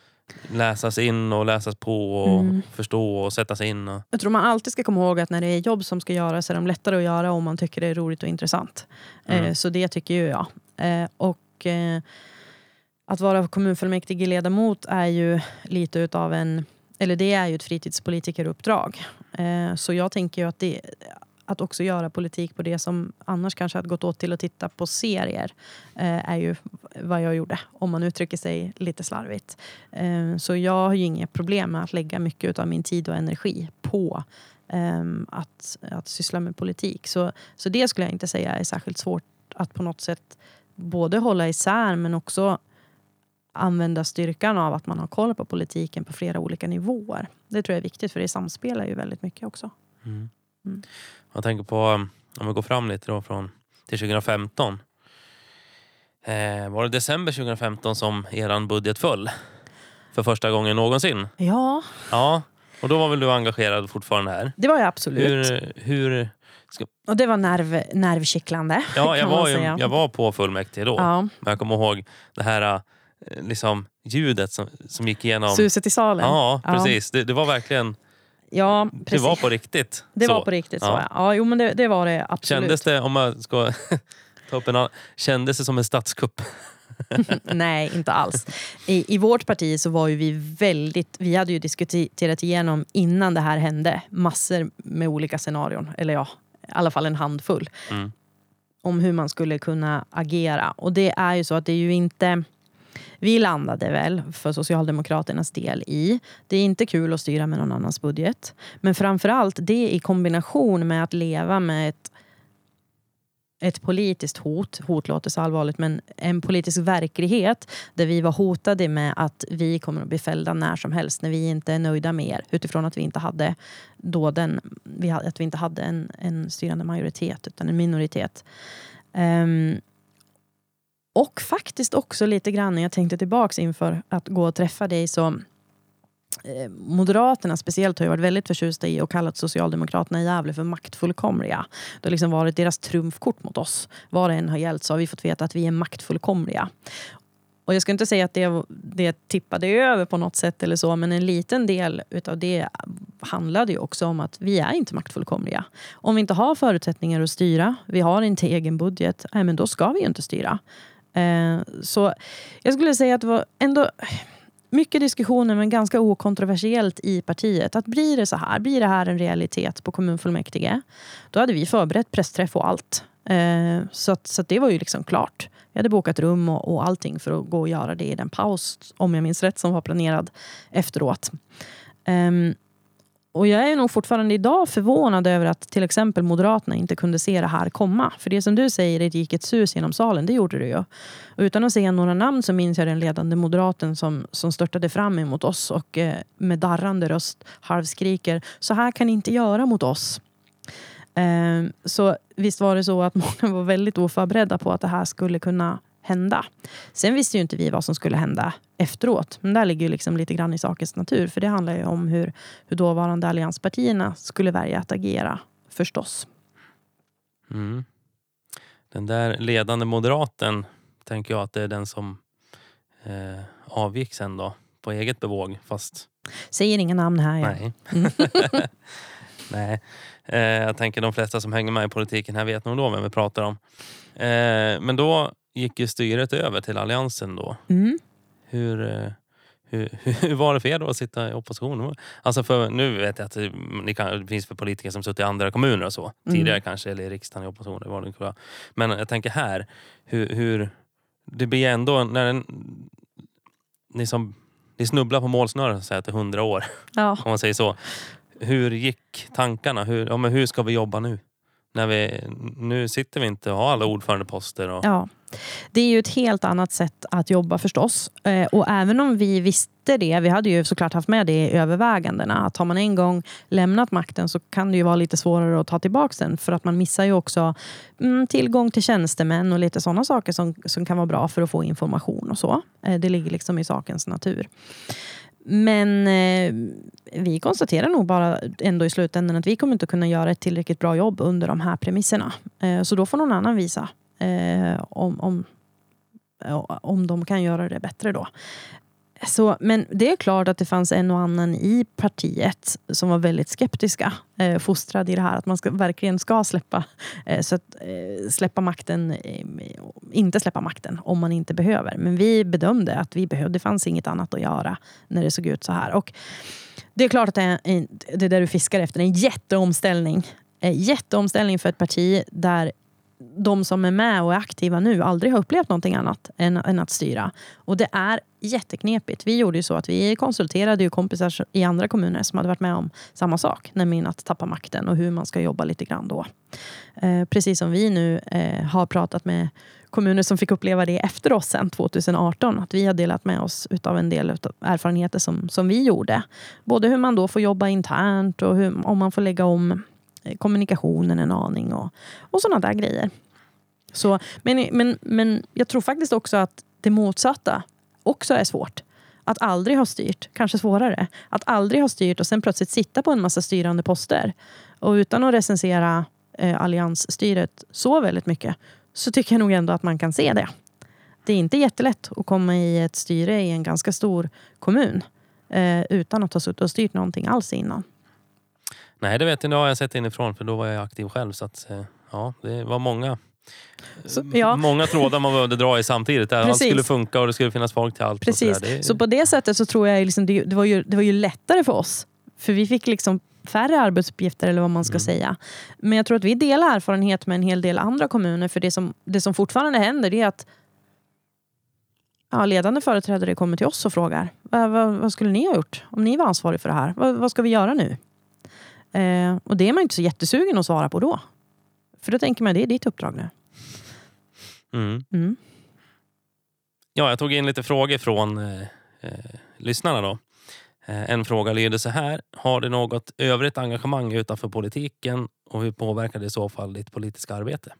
läsas in och läsas på och mm. förstå och sättas in. Och... Jag tror man alltid ska komma ihåg att när det är jobb som ska göras är de lättare att göra om man tycker det är roligt och intressant. Mm. Eh, så det tycker ju jag. Eh, och eh, att vara kommunfullmäktigeledamot är ju lite utav en, eller det är ju ett fritidspolitikeruppdrag. Eh, så jag tänker ju att det, att också göra politik på det som annars kanske hade gått åt till att titta på serier eh, är ju vad jag gjorde, om man uttrycker sig lite slarvigt. Eh, så jag har ju inga problem med att lägga mycket av min tid och energi på eh, att, att syssla med politik. Så, så det skulle jag inte säga är särskilt svårt att på något sätt både hålla isär men också använda styrkan av att man har koll på politiken på flera olika nivåer. Det tror jag är viktigt för det samspelar ju väldigt mycket också. Mm. Mm. Jag tänker på, om vi går fram lite då från till tjugo femton. Eh, var det december tjugo femton som eran budget föll? För första gången någonsin? Ja. Ja, och då var väl du engagerad fortfarande här? Det var jag absolut. Hur... hur ska... Och det var nerv, nervkittlande. Ja, jag var, ju, jag var på fullmäktige då. Ja. Men jag kommer ihåg det här liksom, ljudet som, som gick igenom. Suset i salen. Ja, precis. Ja. Det, det var verkligen... Ja, precis. Det var på riktigt. Det så. var på riktigt, så ja. ja. Ja, jo, men det, det var det absolut. Kändes det, om man ska ta upp en annan, kändes det som en statskupp? Nej, inte alls. I, I vårt parti så var ju vi väldigt, vi hade ju diskuterat igenom innan det här hände massor med olika scenarion, eller ja, i alla fall en handfull. Mm. Om hur man skulle kunna agera. Och det är ju så att det är ju inte... Vi landade väl för Socialdemokraternas del i. Det är inte kul att styra med någon annans budget. Men framförallt det i kombination med att leva med ett, ett politiskt hot. Hot låter så allvarligt, men en politisk verklighet där vi var hotade med att vi kommer att bli fällda när som helst när vi inte är nöjda med er. Utifrån att vi inte hade, då den, vi, att vi inte hade en, en styrande majoritet utan en minoritet. Um, Och faktiskt också lite grann när jag tänkte tillbaks inför att gå och träffa dig så eh, Moderaterna speciellt har ju varit väldigt förtjusta i och kallat Socialdemokraterna i Gävle för maktfullkomliga. Det har liksom varit deras trumfkort mot oss. Vad det än har gällt så har vi fått veta att vi är maktfullkomliga. Och jag ska inte säga att det, det tippade över på något sätt eller så, men en liten del utav det handlade ju också om att vi är inte maktfullkomliga. Om vi inte har förutsättningar att styra, vi har inte egen budget, nej, men då ska vi ju inte styra. Eh, så jag skulle säga att det var ändå mycket diskussioner men ganska okontroversiellt i partiet. Att blir det så här, blir det här en realitet på kommunfullmäktige, då hade vi förberett pressträff och allt. Eh, så att, så att det var ju liksom klart. Jag hade bokat rum och, och allting för att gå och göra det i den paus, om jag minns rätt, som var planerad efteråt. Um, och jag är nog fortfarande idag förvånad över att till exempel Moderaterna inte kunde se det här komma. För det som du säger, det gick ett sus genom salen, det gjorde det ju. Och utan att säga några namn så minns jag den ledande moderaten som, som störtade fram emot oss och eh, med darrande röst halvskriker: så här kan ni inte göra mot oss. Um, så visst var det så att många var väldigt oförberedda på att det här skulle kunna hända. Sen visste ju inte vi vad som skulle hända efteråt. Men där ligger ju liksom lite grann i sakens natur. För det handlar ju om hur, hur dåvarande allianspartierna skulle välja att agera, förstås. Mm. Den där ledande moderaten, tänker jag att det är den som eh, avgick sen då. På eget bevåg, fast... Säger inga namn här. Ja. Nej. Mm. Nej. Eh, jag tänker de flesta som hänger med i politiken här vet nog då vem vi pratar om. Eh, men då gick ju styret över till Alliansen då. Mm. Hur, eh, hur, hur var det för er då att sitta i opposition? Alltså för nu vet jag att det, det, kan, det finns för politiker som suttit i andra kommuner och så. Mm. Tidigare kanske, eller i riksdagen i opposition. Det var det inte. Men jag tänker här, hur, hur det blir ändå när en, ni, som, ni snubblar på målsnöret så här till hundra år. Ja. Om man säger så. Hur gick tankarna? Hur, ja, men hur ska vi jobba nu? När vi, nu sitter vi inte och har alla ordförandeposter. Och... Ja, det är ju ett helt annat sätt att jobba förstås. Eh, och även om vi visste det, vi hade ju såklart haft med det i övervägandena. Att har man en gång lämnat makten så kan det ju vara lite svårare att ta tillbaka den. För att man missar ju också mm, tillgång till tjänstemän och lite sådana saker som, som kan vara bra för att få information och så. Eh, det ligger liksom i sakens natur. Men eh, vi konstaterar nog bara ändå i slutändan att vi kommer inte kunna göra ett tillräckligt bra jobb under de här premisserna. Eh, så då får någon annan visa eh, om, om, om de kan göra det bättre då. Så, men det är klart att det fanns en och annan i partiet som var väldigt skeptiska, eh, fostrade i det här att man ska, verkligen ska släppa, eh, så att, eh, släppa makten, eh, inte släppa makten om man inte behöver. Men vi bedömde att vi behövde, det fanns inget annat att göra när det såg ut så här. Och det är klart att det är, en, det där du fiskar efter, en jätteomställning. En jätteomställning för ett parti där de som är med och är aktiva nu aldrig har upplevt någonting annat än, än att styra. Och det är jätteknepigt. Vi gjorde ju så att vi konsulterade ju kompisar i andra kommuner som hade varit med om samma sak. Nämligen att tappa makten och hur man ska jobba lite grann då. Eh, precis som vi nu eh, har pratat med kommuner som fick uppleva det efter oss sen tjugoarton. Att vi har delat med oss utav en del utav erfarenheter som, som vi gjorde. Både hur man då får jobba internt och hur, om man får lägga om kommunikationen en aning och, och sådana där grejer. Så, men, men, men jag tror faktiskt också att det motsatta också är svårt. Att aldrig ha styrt, kanske svårare. Att aldrig ha styrt och sen plötsligt sitta på en massa styrande poster. Och utan att recensera eh, alliansstyret så väldigt mycket så tycker jag nog ändå att man kan se det. Det är inte jättelätt att komma i ett styre i en ganska stor kommun eh, utan att ha suttit och styrt någonting alls innan. Nej, det vet jag. Nu har jag sett inifrån för då var jag aktiv själv. Så att, ja, det var många, så, ja. många trådar man behövde dra i samtidigt. Där allt skulle funka och det skulle finnas folk till allt. Precis. Och så, det... så på det sättet så tror jag liksom, det, det, var ju, det var ju lättare för oss. För vi fick liksom färre arbetsuppgifter eller vad man ska mm. säga. Men jag tror att vi delar erfarenhet med en hel del andra kommuner. För det som, det som fortfarande händer det är att ja, ledande företrädare kommer till oss och frågar vad, vad, vad skulle ni ha gjort om ni var ansvariga för det här? Vad, vad ska vi göra nu? Eh, och det är man inte så jättesugen att svara på då. För då tänker man, det är ditt uppdrag nu. Mm. Mm. Ja, jag tog in lite frågor från eh, eh, lyssnarna då. Eh, en fråga lyder så här. Har du något övrigt engagemang utanför politiken och hur påverkar det i så fall ditt politiska arbete?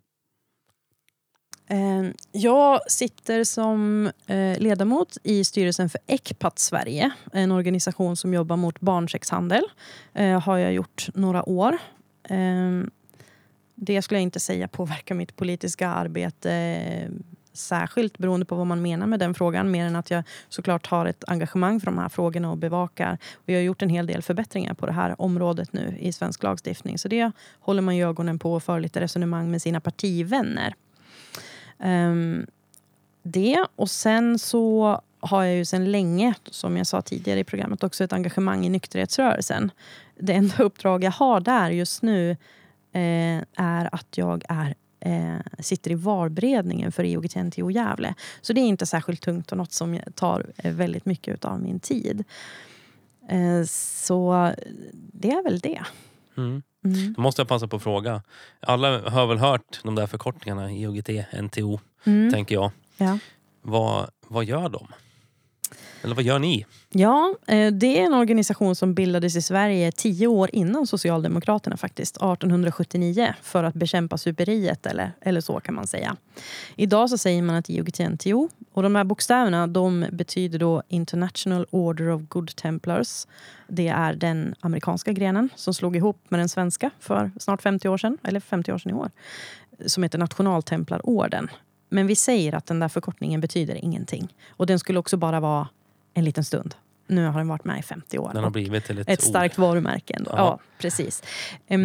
Eh, jag sitter som eh, ledamot i styrelsen för ECPAT Sverige. En organisation som jobbar mot barnsexhandel. Eh, har jag gjort några år. Eh, det skulle jag inte säga påverkar mitt politiska arbete eh, särskilt beroende på vad man menar med den frågan. Mer än att jag såklart har ett engagemang för de här frågorna och bevakar. Vi har gjort en hel del förbättringar på det här området nu i svensk lagstiftning. Så det håller man ju ögonen på och för lite resonemang med sina partivänner. Um, det och sen så har jag ju sedan länge, som jag sa tidigare i programmet, också ett engagemang i nykterhetsrörelsen. Det enda uppdrag jag har där just nu eh, är att jag är, eh, sitter i valberedningen för I O G T N T O Gävle. Så det är inte särskilt tungt och något som tar eh, väldigt mycket av min tid. Eh, så det är väl det. Mm. Mm. Då måste jag passa på att fråga. Alla har väl hört de där förkortningarna I O G T N T O, mm. tänker jag. Ja. Vad, vad gör de? Eller vad gör ni? Ja, det är en organisation som bildades i Sverige tio år innan Socialdemokraterna faktiskt, arton sjuttionio, för att bekämpa superiet eller, eller så kan man säga. Idag så säger man att I O G T N T O, och de här bokstäverna de betyder då International Order of Good Templars. Det är den amerikanska grenen som slog ihop med den svenska för snart femtio år sedan, eller femtio år sedan i år, som heter Nationaltemplarorden. Men vi säger att den där förkortningen betyder ingenting. Och den skulle också bara vara en liten stund. Nu har den varit med i femtio år. Den har blivit till ett, ett starkt ord. varumärke ändå. Ja, precis. Um,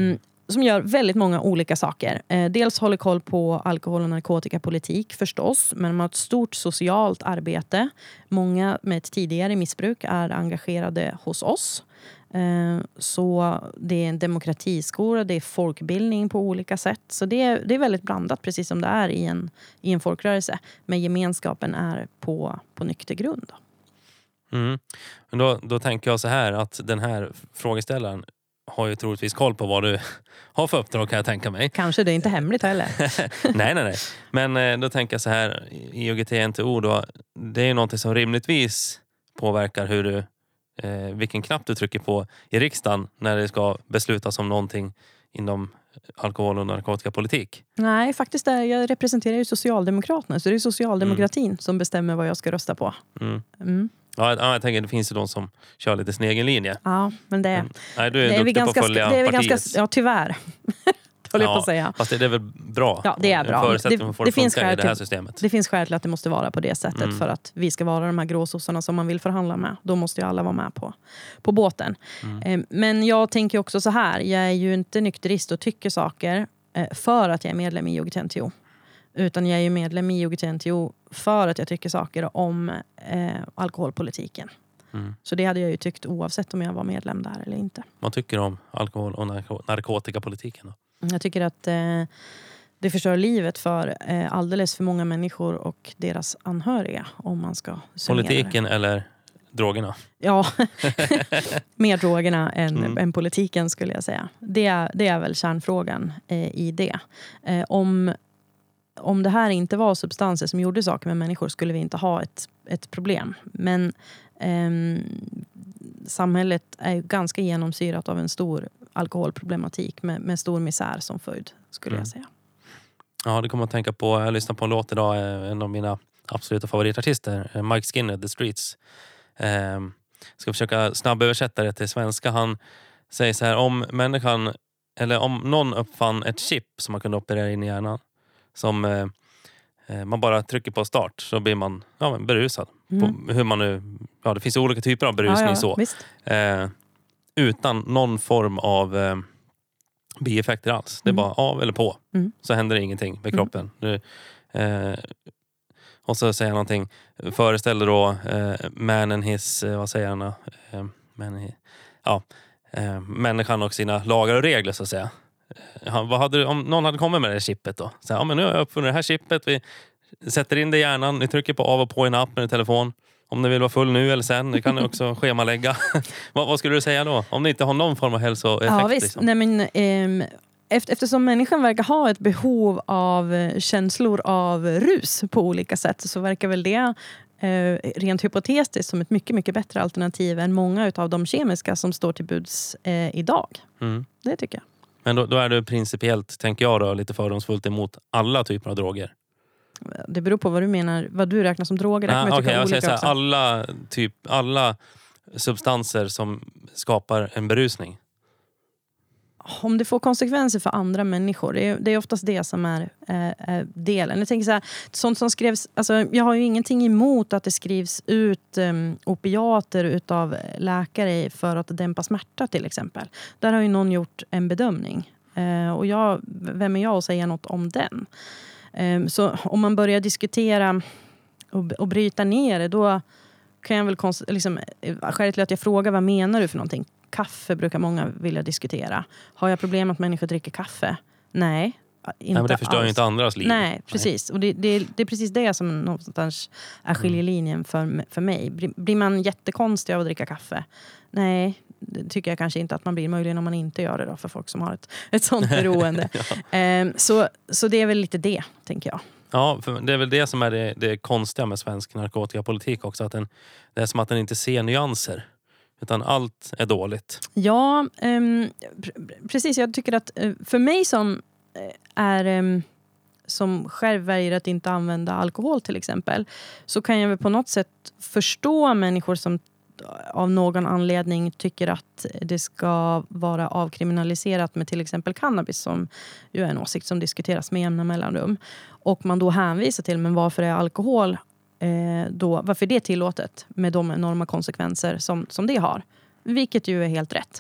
som gör väldigt många olika saker. Eh, dels håller koll på alkohol- och narkotikapolitik förstås, men de har ett stort socialt arbete. Många med ett tidigare missbruk är engagerade hos oss. Eh, så det är en demokratiskola, det är folkbildning på olika sätt. Så det är, det är väldigt blandat, precis som det är i en, i en folkrörelse. Men gemenskapen är på, på nykter grund. Mm. Men då, då tänker jag så här att den här frågeställaren har ju troligtvis koll på vad du har för uppdrag, kan jag tänka mig. Kanske det är inte hemligt heller. nej, nej, nej. Men eh, då tänker jag så här, I O G T N T O då, det är något som rimligtvis påverkar hur du, eh, vilken knapp du trycker på i riksdagen när det ska beslutas om någonting inom alkohol- och narkotikapolitik. Nej, faktiskt är, jag representerar ju Socialdemokraterna, så det är socialdemokratin mm. som bestämmer vad jag ska rösta på. Mm. Mm. Ja, jag tänker det finns ju de som kör lite sin egen linje. Ja, men det, men, nej, du är det är vi duktig ganska, på att följa det är vi partiet. ganska, ja, tyvärr. håller jag på att säga. Fast det är väl bra. Ja, det är bra. Det, det, det, finns skäl i det här systemet. Det finns skäl till att det måste vara på det sättet mm. för att vi ska vara de här gråsossarna som man vill förhandla med. Då måste ju alla vara med på, på båten. Mm. Eh, men jag tänker också så här. Jag är ju inte nykterist och tycker saker eh, för att jag är medlem i I O G T N T O. Utan jag är ju medlem i I O G T N T O för att jag tycker saker om eh, alkoholpolitiken. Mm. Så det hade jag ju tyckt oavsett om jag var medlem där eller inte. Vad tycker du om alkohol- och narko- narkotikapolitiken då? Jag tycker att eh, det förstör livet för eh, alldeles för många människor och deras anhöriga, om man ska summera. Politiken eller drogerna? Ja, mer drogerna än, mm. än politiken skulle jag säga. Det är, det är väl kärnfrågan eh, i det. Eh, om, om det här inte var substanser som gjorde saker med människor skulle vi inte ha ett, ett problem. Men eh, samhället är ju ganska genomsyrat av en stor alkoholproblematik med, med stor misär som följd, skulle mm. jag säga. Ja, det kommer att tänka på, jag lyssnade på en låt idag, en av mina absoluta favoritartister, Mike Skinner, The Streets. Eh, ska försöka snabböversätta det till svenska. Han säger så här, om människan, eller om någon uppfann ett chip som man kunde operera in i hjärnan, som eh, man bara trycker på start, så blir man ja, men berusad. Mm. På hur man nu, ja, det finns olika typer av berusning ja, ja, så. Eh, utan någon form av eh, bieffekter alls. Det är mm. bara av eller på. Mm. Så händer det ingenting med kroppen. Mm. Du, eh, och så säger han någonting. Föreställer då eh, man and his, eh, vad säger han? Eh, man, his, ja, eh, människan och sina lagar och regler så att säga. Han, vad hade, om någon hade kommit med det chippet då. Så här, ja, men nu har jag uppfunnit det här chippet. Vi sätter in det i hjärnan. Ni trycker på av och på i en app med telefon. Om ni vill vara full nu eller sen, det kan ni också schemalägga. vad, vad skulle du säga då? Om ni inte har någon form av hälsoeffekt? Ja visst, liksom. nej men... Ehm... Eftersom människan verkar ha ett behov av känslor av rus på olika sätt, så verkar väl det eh, rent hypotetiskt som ett mycket, mycket bättre alternativ än många av de kemiska som står till buds eh, idag. Mm. Det tycker jag. Men då, då är det principiellt, tänker jag då, lite fördomsfullt emot alla typer av droger. Det beror på vad du menar, vad du räknar som droger. Ah, Okej, okay, jag säger så här, alla, typ, alla substanser som skapar en berusning. Om det får konsekvenser för andra människor, det är, det är oftast det som är äh, delen. Jag tänker så här, sånt som skrevs, alltså jag har ju ingenting emot att det skrivs ut um, opiater utav läkare för att dämpa smärta till exempel. Där har ju någon gjort en bedömning. Uh, och jag, vem är jag att säga något om den? Um, så om man börjar diskutera och, och bryta ner det, då kan jag väl konst, liksom, skälet till att jag frågar vad menar du för någonting? Kaffe brukar många vilja diskutera. Har jag problem att människor dricker kaffe? Nej, inte Nej, men det förstör alls. ju inte andras liv. Nej, precis. Nej. Och det, det, det är precis det som någonstans är skiljelinjen för, för mig. Blir man jättekonstig av att dricka kaffe? Nej, det tycker jag kanske inte att man blir. Möjligen om man inte gör det då, för folk som har ett, ett sånt beroende. ja. ehm, så, så det är väl lite det, tänker jag. Ja, för det är väl det som är det, det konstiga med svensk narkotikapolitik också. Att den, det är som att den inte ser nyanser. Utan allt är dåligt. Ja, um, precis. Jag tycker att uh, för mig som är um, som själv väljer att inte använda alkohol till exempel, så kan jag väl på något sätt förstå människor som av någon anledning tycker att det ska vara avkriminaliserat med till exempel cannabis, som ju är en åsikt som diskuteras med jämna mellanrum. Och man då hänvisar till, men varför är alkohol Eh, då, varför är det tillåtet med de enorma konsekvenser som, som det har, vilket ju är helt rätt.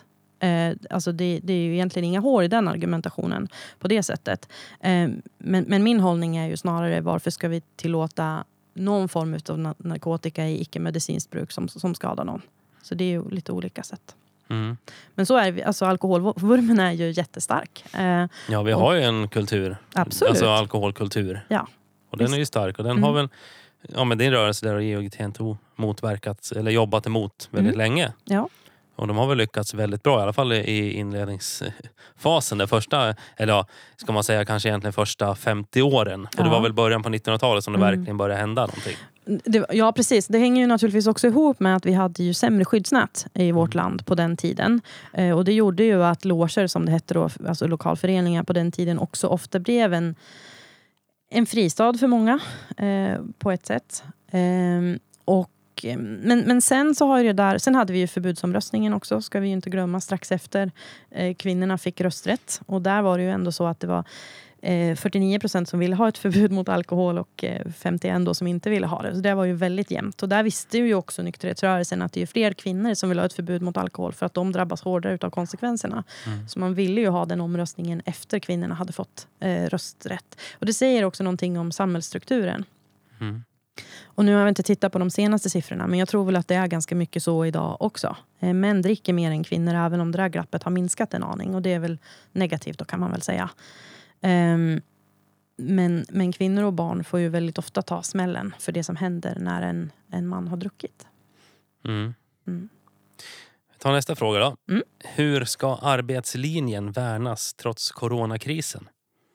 Eh, alltså det, det är ju egentligen inga hår i den argumentationen på det sättet. Eh, men, men min hållning är ju snarare varför ska vi tillåta någon form av na- narkotika i icke-medicinskt bruk som, som skadar någon. Så det är ju lite olika sätt. Mm. Men så är vi, alltså alkoholvurmen är ju jättestark. Eh, Ja, vi har ju en kultur. Absolut. Alltså alkoholkultur. Ja. Och den Visst. är ju stark. Och den Mm. har väl, ja men din rörelse där har I O G T N T O motverkat, eller jobbat emot väldigt Mm. länge. Ja. Och de har väl lyckats väldigt bra, i alla fall i inledningsfasen. Det första, eller ja, ska man säga kanske egentligen första femtio åren. För Ja. det var väl början på nittonhundratalet som det Mm. verkligen började hända någonting. Det, ja, precis. Det hänger ju naturligtvis också ihop med att vi hade ju sämre skyddsnät i vårt land på den tiden. Eh, och det gjorde ju att loger, som det hette då, alltså lokalföreningar på den tiden, också ofta blev en, en fristad för många eh, på ett sätt. Eh, och Men, men sen så har det där, sen hade vi ju förbudsomröstningen också, ska vi ju inte glömma, strax efter eh, kvinnorna fick rösträtt. Och där var det ju ändå så att det var eh, fyrtionio procent som ville ha ett förbud mot alkohol och eh, femtioen då som inte ville ha det. Så det var ju väldigt jämnt. Och där visste ju också nykterhetsrörelsen att det är fler kvinnor som vill ha ett förbud mot alkohol för att de drabbas hårdare utav konsekvenserna. Mm. Så man ville ju ha den omröstningen efter kvinnorna hade fått eh, rösträtt. Och det säger också någonting om samhällsstrukturen. Mm. Och nu har jag inte tittat på de senaste siffrorna, men jag tror väl att det är ganska mycket så idag också. Män dricker mer än kvinnor, även om det där glappet har minskat en aning. Och det är väl negativt då, kan man väl säga. Um, men, men kvinnor och barn får ju väldigt ofta ta smällen för det som händer när en, en man har druckit. Mm. Mm. Ta nästa fråga då. Mm. Hur ska arbetslinjen värnas trots coronakrisen?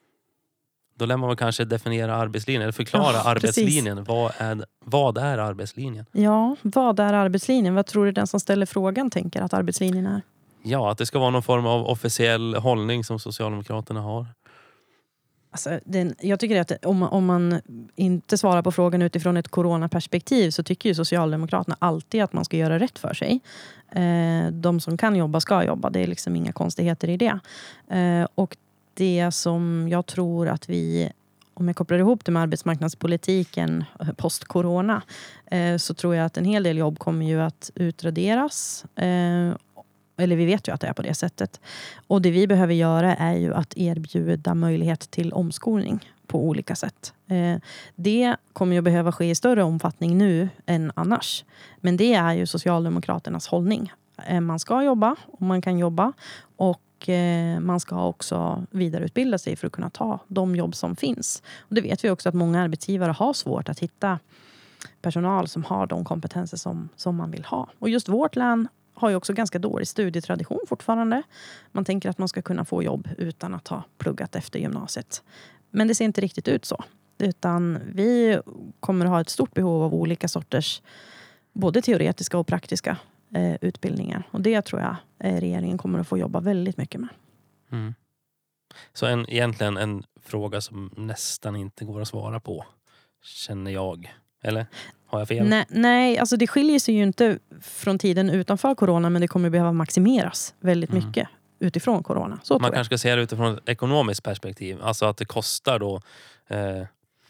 Då lär man väl kanske definiera arbetslinjen, eller förklara ja, arbetslinjen. Vad är, vad är arbetslinjen? Ja, vad är arbetslinjen? Vad tror du den som ställer frågan tänker att arbetslinjen är? Ja, att det ska vara någon form av officiell hållning som Socialdemokraterna har. Alltså, den, jag tycker att om man, om man inte svarar på frågan utifrån ett coronaperspektiv så tycker ju Socialdemokraterna alltid att man ska göra rätt för sig. Eh, de som kan jobba ska jobba, det är liksom inga konstigheter i det. Eh, och det som jag tror att vi, om jag kopplar ihop det med arbetsmarknadspolitiken post-corona, eh, så tror jag att en hel del jobb kommer ju att utraderas. Eh, eller vi vet ju att det är på det sättet. Och det vi behöver göra är ju att erbjuda möjlighet till omskolning på olika sätt. Eh, det kommer ju behöva ske i större omfattning nu än annars. Men det är ju Socialdemokraternas hållning. Eh, man ska jobba och man kan jobba. Och man ska också vidareutbilda sig för att kunna ta de jobb som finns. Och det vet vi också att många arbetsgivare har svårt att hitta personal som har de kompetenser som, som man vill ha. Och just vårt län har ju också ganska dålig studietradition fortfarande. Man tänker att man ska kunna få jobb utan att ha pluggat efter gymnasiet. Men det ser inte riktigt ut så. Utan vi kommer att ha ett stort behov av olika sorters både teoretiska och praktiska Eh, utbildningar. Och det tror jag eh, regeringen kommer att få jobba väldigt mycket med. Mm. Så en, egentligen en fråga som nästan inte går att svara på, känner jag. Eller har jag fel? Nej, nej, alltså det skiljer sig ju inte från tiden utanför corona, men det kommer att behöva maximeras väldigt mm. mycket utifrån corona. Så man kanske ska se det utifrån ett ekonomiskt perspektiv. Alltså att det kostar då eh,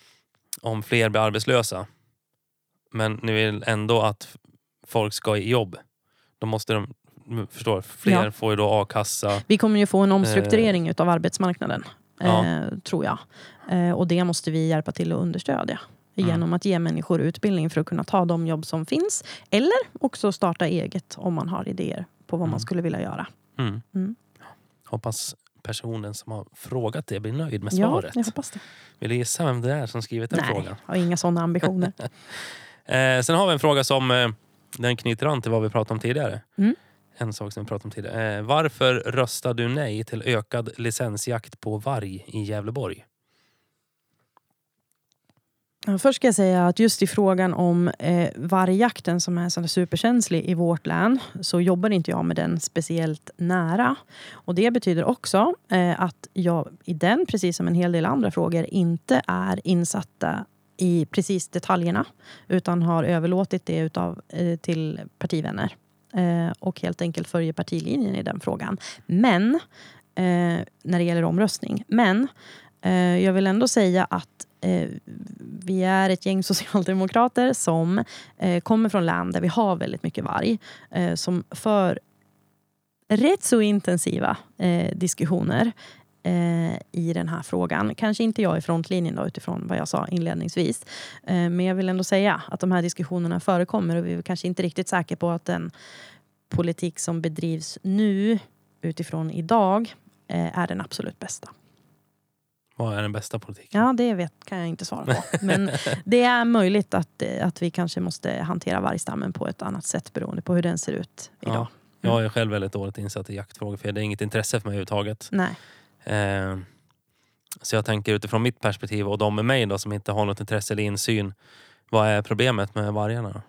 om fler blir arbetslösa. Men ni vill ändå att folk ska i jobb. Då måste de, förstår, fler ja. får ju då a-kassa. Vi kommer ju få en omstrukturering eh, utav arbetsmarknaden, ja. eh, tror jag. Eh, och det måste vi hjälpa till att understödja. Mm. Genom att ge människor utbildning för att kunna ta de jobb som finns. Eller också starta eget om man har idéer på vad mm. man skulle vilja göra. Mm. Mm. Hoppas personen som har frågat det blir nöjd med svaret. Ja, jag hoppas det. Vill du gissa vem det är som skrivit den Nej, frågan? Nej, jag har inga sådana ambitioner. eh, sen har vi en fråga som... Eh, Den knyter an till vad vi pratade om tidigare. Mm. En sak som vi pratade om tidigare. Eh, varför röstade du nej till ökad licensjakt på varg i Gävleborg? Ja, först ska jag säga att just i frågan om eh, vargjakten som är så superkänslig i vårt län, så jobbar inte jag med den speciellt nära. Och det betyder också eh, att jag i den, precis som en hel del andra frågor, inte är insatta i precis detaljerna, utan har överlåtit det utav, eh, till partivänner eh, och helt enkelt följer partilinjen i den frågan. Men eh, när det gäller omröstning. Men eh, jag vill ändå säga att eh, vi är ett gäng socialdemokrater som eh, kommer från land där vi har väldigt mycket varg, eh, som för rätt så intensiva eh, diskussioner eh, i den här frågan. Kanske inte jag i frontlinjen då, utifrån vad jag sa inledningsvis. Eh, men jag vill ändå säga att de här diskussionerna förekommer och vi är kanske inte riktigt säkra på att den politik som bedrivs nu utifrån idag eh, är den absolut bästa. Vad är den bästa politiken? Ja, det vet, kan jag inte svara på. Men det är möjligt att, att vi kanske måste hantera vargstammen på ett annat sätt beroende på hur den ser ut idag. Ja, jag är själv väldigt dåligt insatt i jaktfrågor för det är inget intresse för mig överhuvudtaget. Nej. Eh, så jag tänker utifrån mitt perspektiv och de med mig då som inte har något intresse eller insyn. Vad är problemet med vargarna då?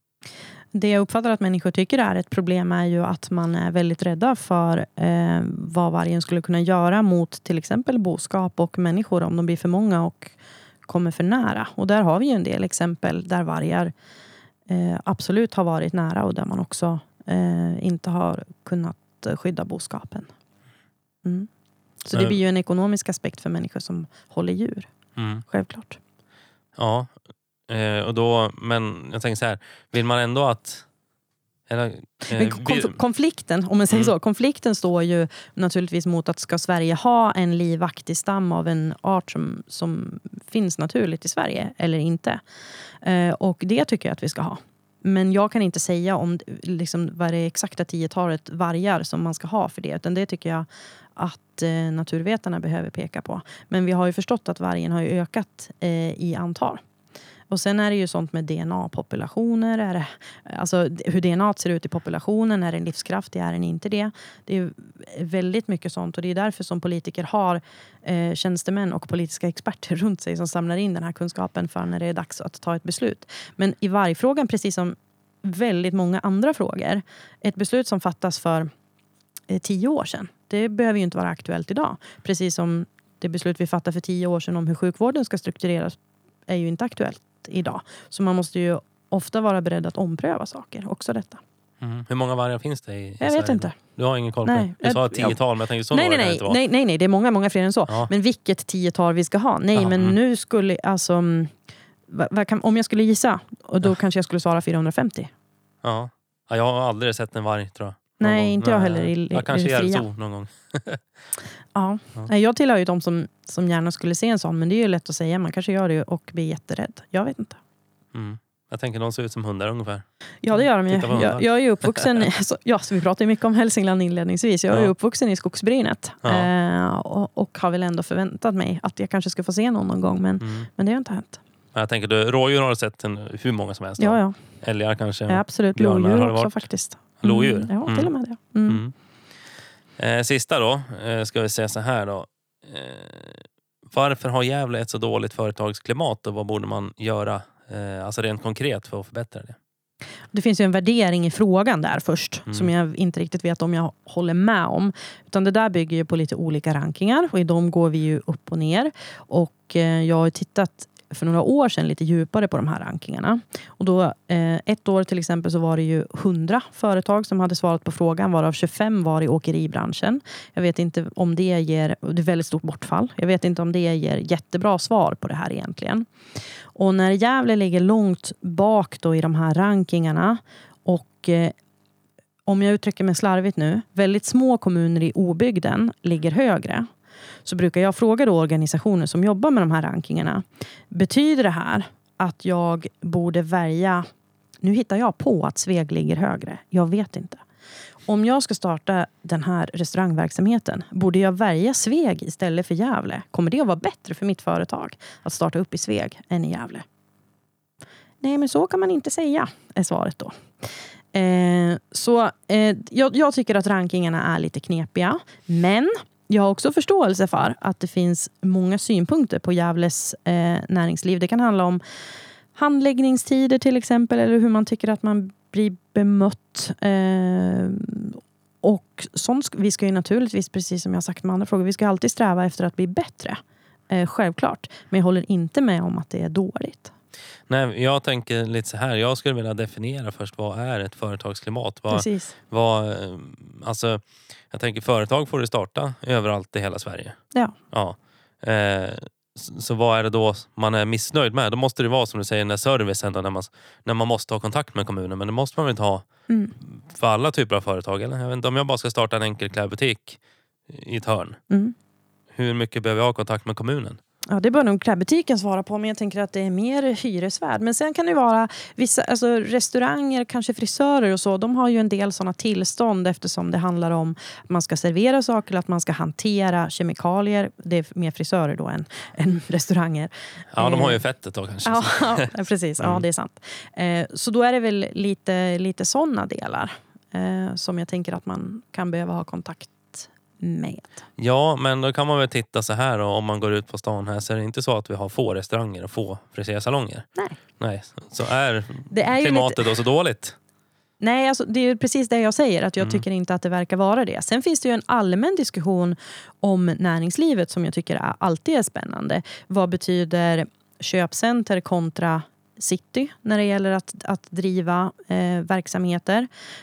Det jag uppfattar att människor tycker är ett problem är ju att man är väldigt rädda för eh, vad vargen skulle kunna göra mot till exempel boskap och människor om de blir för många och kommer för nära. Och där har vi ju en del exempel där vargar eh, absolut har varit nära och där man också eh, inte har kunnat skydda boskapen. Mm. Så det blir ju en ekonomisk aspekt för människor som håller djur. Mm. Självklart. Ja, eh, och då, men jag tänker så här, vill man ändå att... Eller, eh, men konf- konflikten, om man säger mm. så, konflikten står ju naturligtvis mot att ska Sverige ha en livaktig stam av en art som, som finns naturligt i Sverige eller inte. Eh, och det tycker jag att vi ska ha. Men jag kan inte säga om liksom, vad det exakta tiotalet vargar som man ska ha för det. Utan det tycker jag att eh, naturvetarna behöver peka på. Men vi har ju förstått att vargen har ju ökat eh, i antal. Och sen är det ju sånt med D N A-populationer. Är det, alltså hur D N A ser ut i populationen. Är den livskraftig? Är den inte det? Det är väldigt mycket sånt. Och det är därför som politiker har eh, tjänstemän och politiska experter runt sig som samlar in den här kunskapen för när det är dags att ta ett beslut. Men i varje fråga, precis som väldigt många andra frågor. Ett beslut som fattas för eh, tio år sedan. Det behöver ju inte vara aktuellt idag. Precis som det beslut vi fattade för tio år sedan om hur sjukvården ska struktureras är ju inte aktuellt idag. Så man måste ju ofta vara beredd att ompröva saker. Också detta. Mm. Hur många vargar finns det i, i Jag Sverige? Jag vet inte. Du har ingen koll på nej. det? Du sa ett tiotal, men jag tänkte så nej, nej, nej, nej. inte vara. nej, nej, nej. Det är många, många fler än så. Ja. Men vilket tiotal vi ska ha? Nej, ja, men mm. nu skulle, alltså... Vad, vad kan, om jag skulle gissa, och då ja. kanske jag skulle svara fyrahundrafemtio. Ja. ja, jag har aldrig sett en varg, tror jag. Nej, gång. inte jag heller. I, jag i, kanske i är så någon gång. ja. ja. Jag tillhör ju de som, som gärna skulle se en sån. Men det är ju lätt att säga. Man kanske gör det och blir jätterädd. Jag vet inte. Mm. Jag tänker de ser ut som hundar ungefär. Ja, det gör de ju. Jag, jag är ju uppvuxen... så, ja, så vi pratar ju mycket om Hälsingland inledningsvis. Jag är ja. ju uppvuxen i skogsbrynet. Ja. Eh, och, och har väl ändå förväntat mig att jag kanske ska få se någon någon gång. Men, mm. men det har inte hänt. Jag tänker, du, rådjur har du sett en, hur många som helst. Då. Ja, ja. Älgar kanske. Ja, absolut. Lodjur också faktiskt. Mm. Lodjur? Ja, till och med det. Mm. Mm. Eh, sista då, eh, ska vi säga så här då. Eh, varför har Gävle ett så dåligt företagsklimat och vad borde man göra, eh, alltså rent konkret, för att förbättra det? Det finns ju en värdering i frågan där först mm. som jag inte riktigt vet om jag håller med om. Utan det där bygger ju på lite olika rankingar och i dem går vi ju upp och ner. Och eh, jag har tittat för några år sedan lite djupare på de här rankingarna. Och då, eh, ett år till exempel så var det ju hundra företag som hade svarat på frågan, varav tjugofem var i åkeribranschen. Jag vet inte om det ger, det är väldigt stort bortfall. Jag vet inte om det ger jättebra svar på det här egentligen. Och när Gävle ligger långt bak då i de här rankingarna och eh, om jag uttrycker mig slarvigt nu, väldigt små kommuner i obygden ligger högre. Så brukar jag fråga då organisationer som jobbar med de här rankingarna. Betyder det här att jag borde välja... Nu hittar jag på att Sveg ligger högre. Jag vet inte. Om jag ska starta den här restaurangverksamheten, borde jag välja Sveg istället för Gävle? Kommer det att vara bättre för mitt företag att starta upp i Sveg än i Gävle? Nej, men så kan man inte säga, är svaret då. Eh, så eh, jag, jag tycker att rankingarna är lite knepiga. Men... Jag har också förståelse för att det finns många synpunkter på Gävles eh, näringsliv. Det kan handla om handläggningstider till exempel. Eller hur man tycker att man blir bemött. Eh, och sånt, vi ska ju naturligtvis, precis som jag sagt med andra frågor, vi ska alltid sträva efter att bli bättre. Eh, självklart. Men jag håller inte med om att det är dåligt. Nej, jag tänker lite så här. Jag skulle vilja definiera först vad är ett företagsklimat. Vad, Precis. Vad, alltså, jag tänker företag får du starta överallt i hela Sverige. Ja. Ja. Eh, så vad är det då man är missnöjd med? Då måste det vara som du säger, den där servicen då, när, man, när man måste ha kontakt med kommunen. Men det måste man väl inte ha mm. för alla typer av företag. Eller? Jag vet inte, om jag bara ska starta en enkel klädbutik i ett hörn. Mm. Hur mycket behöver jag ha kontakt med kommunen? Ja, det bör nog klädbutiken svara på, men jag tänker att det är mer hyresvärd. Men sen kan det vara vissa, alltså restauranger, kanske frisörer och så, de har ju en del sådana tillstånd eftersom det handlar om att man ska servera saker eller att man ska hantera kemikalier. Det är mer frisörer då än, än restauranger. Ja, de har ju fettet då kanske. Ja, ja precis. Ja, det är sant. Så då är det väl lite, lite sådana delar som jag tänker att man kan behöva ha kontakt med. Ja, men då kan man väl titta så här då, om man går ut på stan här, så är det inte så att vi har få restauranger och få frisersalonger. Nej. Nej, så är, det är klimatet lite... då så dåligt? Nej, alltså, det är ju precis det jag säger, att jag mm. tycker inte att det verkar vara det. Sen finns det ju en allmän diskussion om näringslivet som jag tycker är, alltid är spännande. Vad betyder köpcenter kontra city när det gäller att, att driva eh, verksamheter?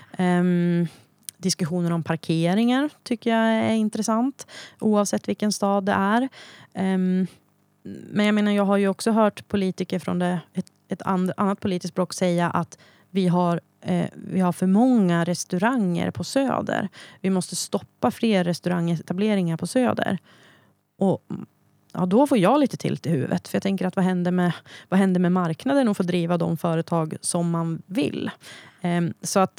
Um, Diskussioner om parkeringar tycker jag är intressant oavsett vilken stad det är. Um, men jag menar, jag har ju också hört politiker från det, ett, ett and, annat politiskt block säga att vi har, eh, vi har för många restauranger på Söder. Vi måste stoppa fler restaurangetableringar på Söder. Och ja, då får jag lite till i huvudet. För jag tänker att vad händer med, vad händer med marknaden och få driva de företag som man vill? Um, så att...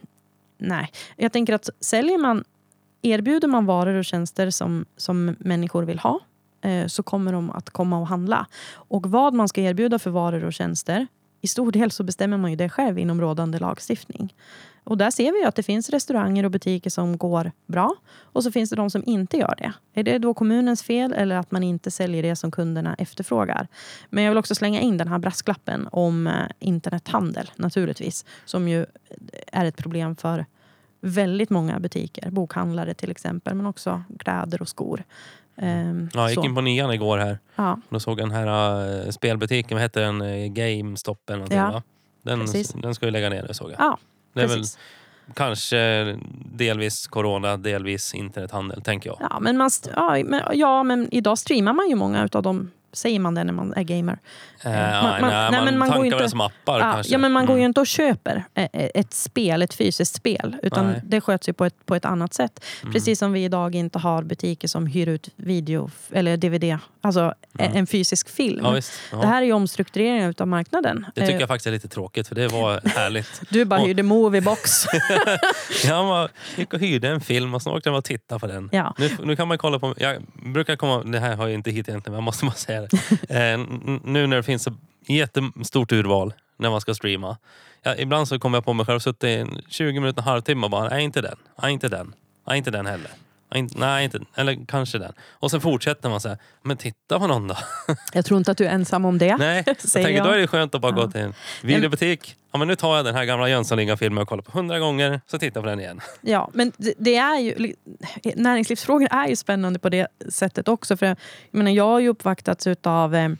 Nej, jag tänker att säljer man, erbjuder man varor och tjänster som, som människor vill ha, eh, så kommer de att komma och handla. Och vad man ska erbjuda för varor och tjänster, i stor del så bestämmer man ju det själv inom rådande lagstiftning. Och där ser vi ju att det finns restauranger och butiker som går bra. Och så finns det de som inte gör det. Är det då kommunens fel eller att man inte säljer det som kunderna efterfrågar? Men jag vill också slänga in den här brasklappen om eh, internethandel naturligtvis. Som ju är ett problem för väldigt många butiker. Bokhandlare till exempel, men också kläder och skor. Um, ja, jag gick så. in på nian igår här. Ja. Då såg den här uh, spelbutiken, vad heter den? Uh, GameStop eller någonting, ja. va? Den, den ska ju lägga ner, det såg jag. Ja, det är precis. Väl kanske delvis corona, delvis internethandel, tänker jag. Ja, men, man st- ja, men, ja, men idag streamar man ju många utav dem. Säger man det när man är gamer? Äh, man, man, nej, nej, man, man tankar väl som appar ja, kanske. Ja, men man mm. går ju inte och köper ett spel, ett fysiskt spel. Utan nej. Det sköts ju på ett, på ett annat sätt. Mm. Precis som vi idag inte har butiker som hyr ut video eller D V D. Alltså mm. en fysisk film. Ja, visst. Det här är ju omstruktureringen av marknaden. Det tycker jag faktiskt är lite tråkigt, för det var härligt. Du bara och... hyrde Moviebox. Ja, man gick och hyrde en film och så åkte man och titta på den. Ja. Nu, nu kan man kolla på... Jag brukar komma... Det här har jag inte hit egentligen, men jag måste bara säga det. Eh, nu när det finns ett jättestort urval när man ska streama. Ja, ibland så kommer jag på mig själv och suttit tjugo minuter, en halvtimme och bara, nej inte den, nej inte den, nej inte den heller. Nej, inte, eller kanske den. Och sen fortsätter man så här, men titta på någon då. Jag tror inte att du är ensam om det. Nej, jag tänker, jag. Då är det skönt att bara ja. gå till en videobutik. Ja, men nu tar jag den här gamla Jönssonligan-filmen och kollar på hundra gånger, så tittar jag på den igen. Ja, men det, det är ju, näringslivsfrågor är ju spännande på det sättet också. För jag menar, jag har ju uppvaktats utav eh,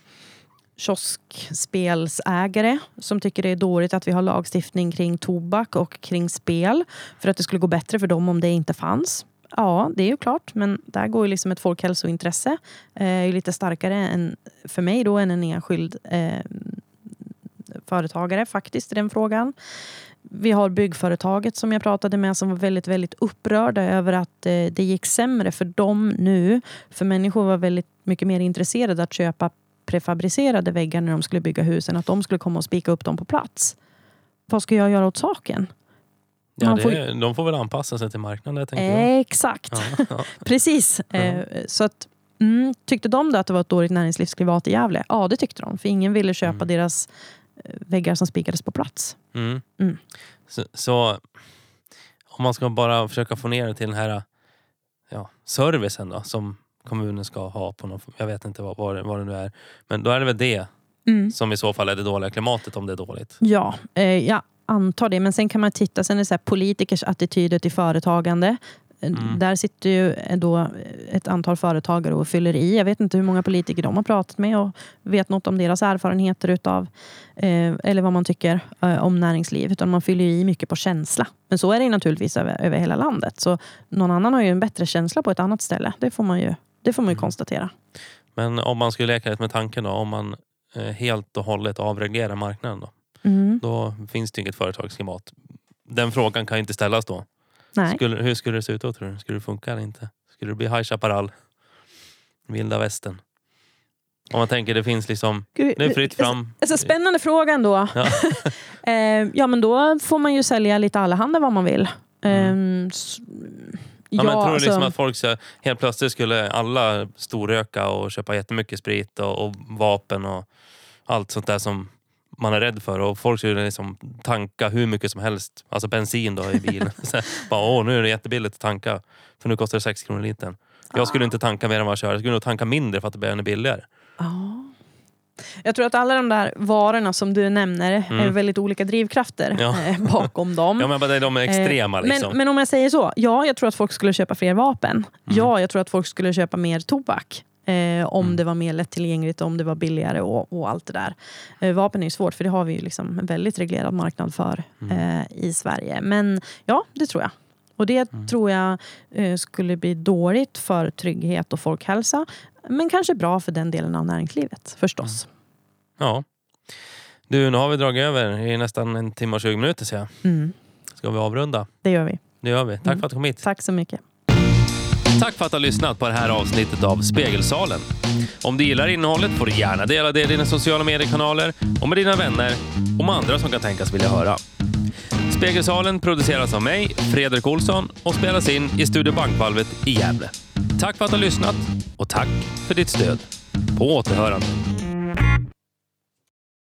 kioskspelsägare som tycker det är dåligt att vi har lagstiftning kring tobak och kring spel. För att det skulle gå bättre för dem om det inte fanns. Ja, det är ju klart, men där går ju liksom ett folkhälsointresse eh, är lite starkare än för mig då än en enskild eh, företagare faktiskt i den frågan. Vi har byggföretaget som jag pratade med som var väldigt, väldigt upprörda över att eh, det gick sämre för dem nu. För människor var väldigt mycket mer intresserade att köpa prefabricerade väggar när de skulle bygga husen, att de skulle komma och spika upp dem på plats. Vad ska jag göra åt saken? Ja, det, får... de får väl anpassa sig till marknaden, tänker jag. Exakt. Ja, ja. Precis. Ja. Eh, så att, mm, tyckte de då att det var ett dåligt näringslivsklimat i Gävle? Ja, det tyckte de. För ingen ville köpa mm. deras väggar som spikades på plats. Mm. Mm. Så, så om man ska bara försöka få ner det till den här ja, servicen då, som kommunen ska ha på någon, jag vet inte vad, vad, det, vad det nu är. Men då är det väl det mm. som i så fall är det dåliga klimatet, om det är dåligt. Ja, eh, ja. antar det, men sen kan man titta, sen är det så här, politikers attityder till företagande. Mm. Där sitter ju då ett antal företagare och fyller i. Jag vet inte hur många politiker de har pratat med och vet något om deras erfarenheter utav eh, eller vad man tycker eh, om näringsliv, utan man fyller i mycket på känsla. Men så är det naturligtvis över, över hela landet. Så någon annan har ju en bättre känsla på ett annat ställe. Det får man ju, det får man ju mm. konstatera. Men om man skulle leka lite med tanken då, om man eh, helt och hållet avreglerar marknaden då. Mm. Då finns det inget företagsklimat. Den frågan kan ju inte ställas då. Nej. Skulle, hur skulle det se ut då, tror du? Skulle det funka eller inte? Skulle det bli High Chaparral? Vilda västern? Om man tänker det finns liksom... Gud, det är fritt fram. Alltså, spännande fråga ändå. Ja. eh, ja, men då får man ju sälja lite allehanda vad man vill. Mm. Eh, s- Ja, men tror du alltså- liksom att folk så, helt plötsligt skulle alla storröka och köpa jättemycket sprit och, och vapen och allt sånt där som man är rädd för, och folk skulle liksom tanka hur mycket som helst, alltså bensin då i bilen. Så, bara, åh, nu är det jättebilligt att tanka för nu kostar det sex kronor litern. Jag skulle inte tanka mer än vad jag kör. Jag skulle nog tanka mindre för att det blir ännu billigare. Ja. Jag tror att alla de där varorna som du nämner Mm. är väldigt olika drivkrafter Ja. eh, bakom dem. Ja, men bara de är extrema Eh, liksom. Men, men om jag säger så, ja, jag tror att folk skulle köpa fler vapen. Mm. Ja, jag tror att folk skulle köpa mer tobak. Eh, om Mm. det var mer lättillgängligt, om det var billigare och, och allt det där. Eh, vapen är ju svårt, för det har vi ju liksom en väldigt reglerad marknad för Mm. eh, i Sverige. Men ja, det tror jag. Och det Mm. tror jag eh, skulle bli dåligt för trygghet och folkhälsa. Men kanske bra för den delen av näringslivet, förstås. Ja. Du, nu har vi dragit över i nästan en timme och tjugo minuter, så jag. Mm, Ska vi avrunda? det gör vi. Det gör vi. Tack Mm. för att du kom hit. Tack så mycket. Tack för att du har lyssnat på det här avsnittet av Spegelsalen. Om du gillar innehållet får du gärna dela det i dina sociala mediekanaler och med dina vänner och med andra som kan tänkas vilja höra. Spegelsalen produceras av mig, Fredrik Olsson, och spelas in i Studio Bankvalvet i Gävle. Tack för att du har lyssnat och tack för ditt stöd. På återhörande.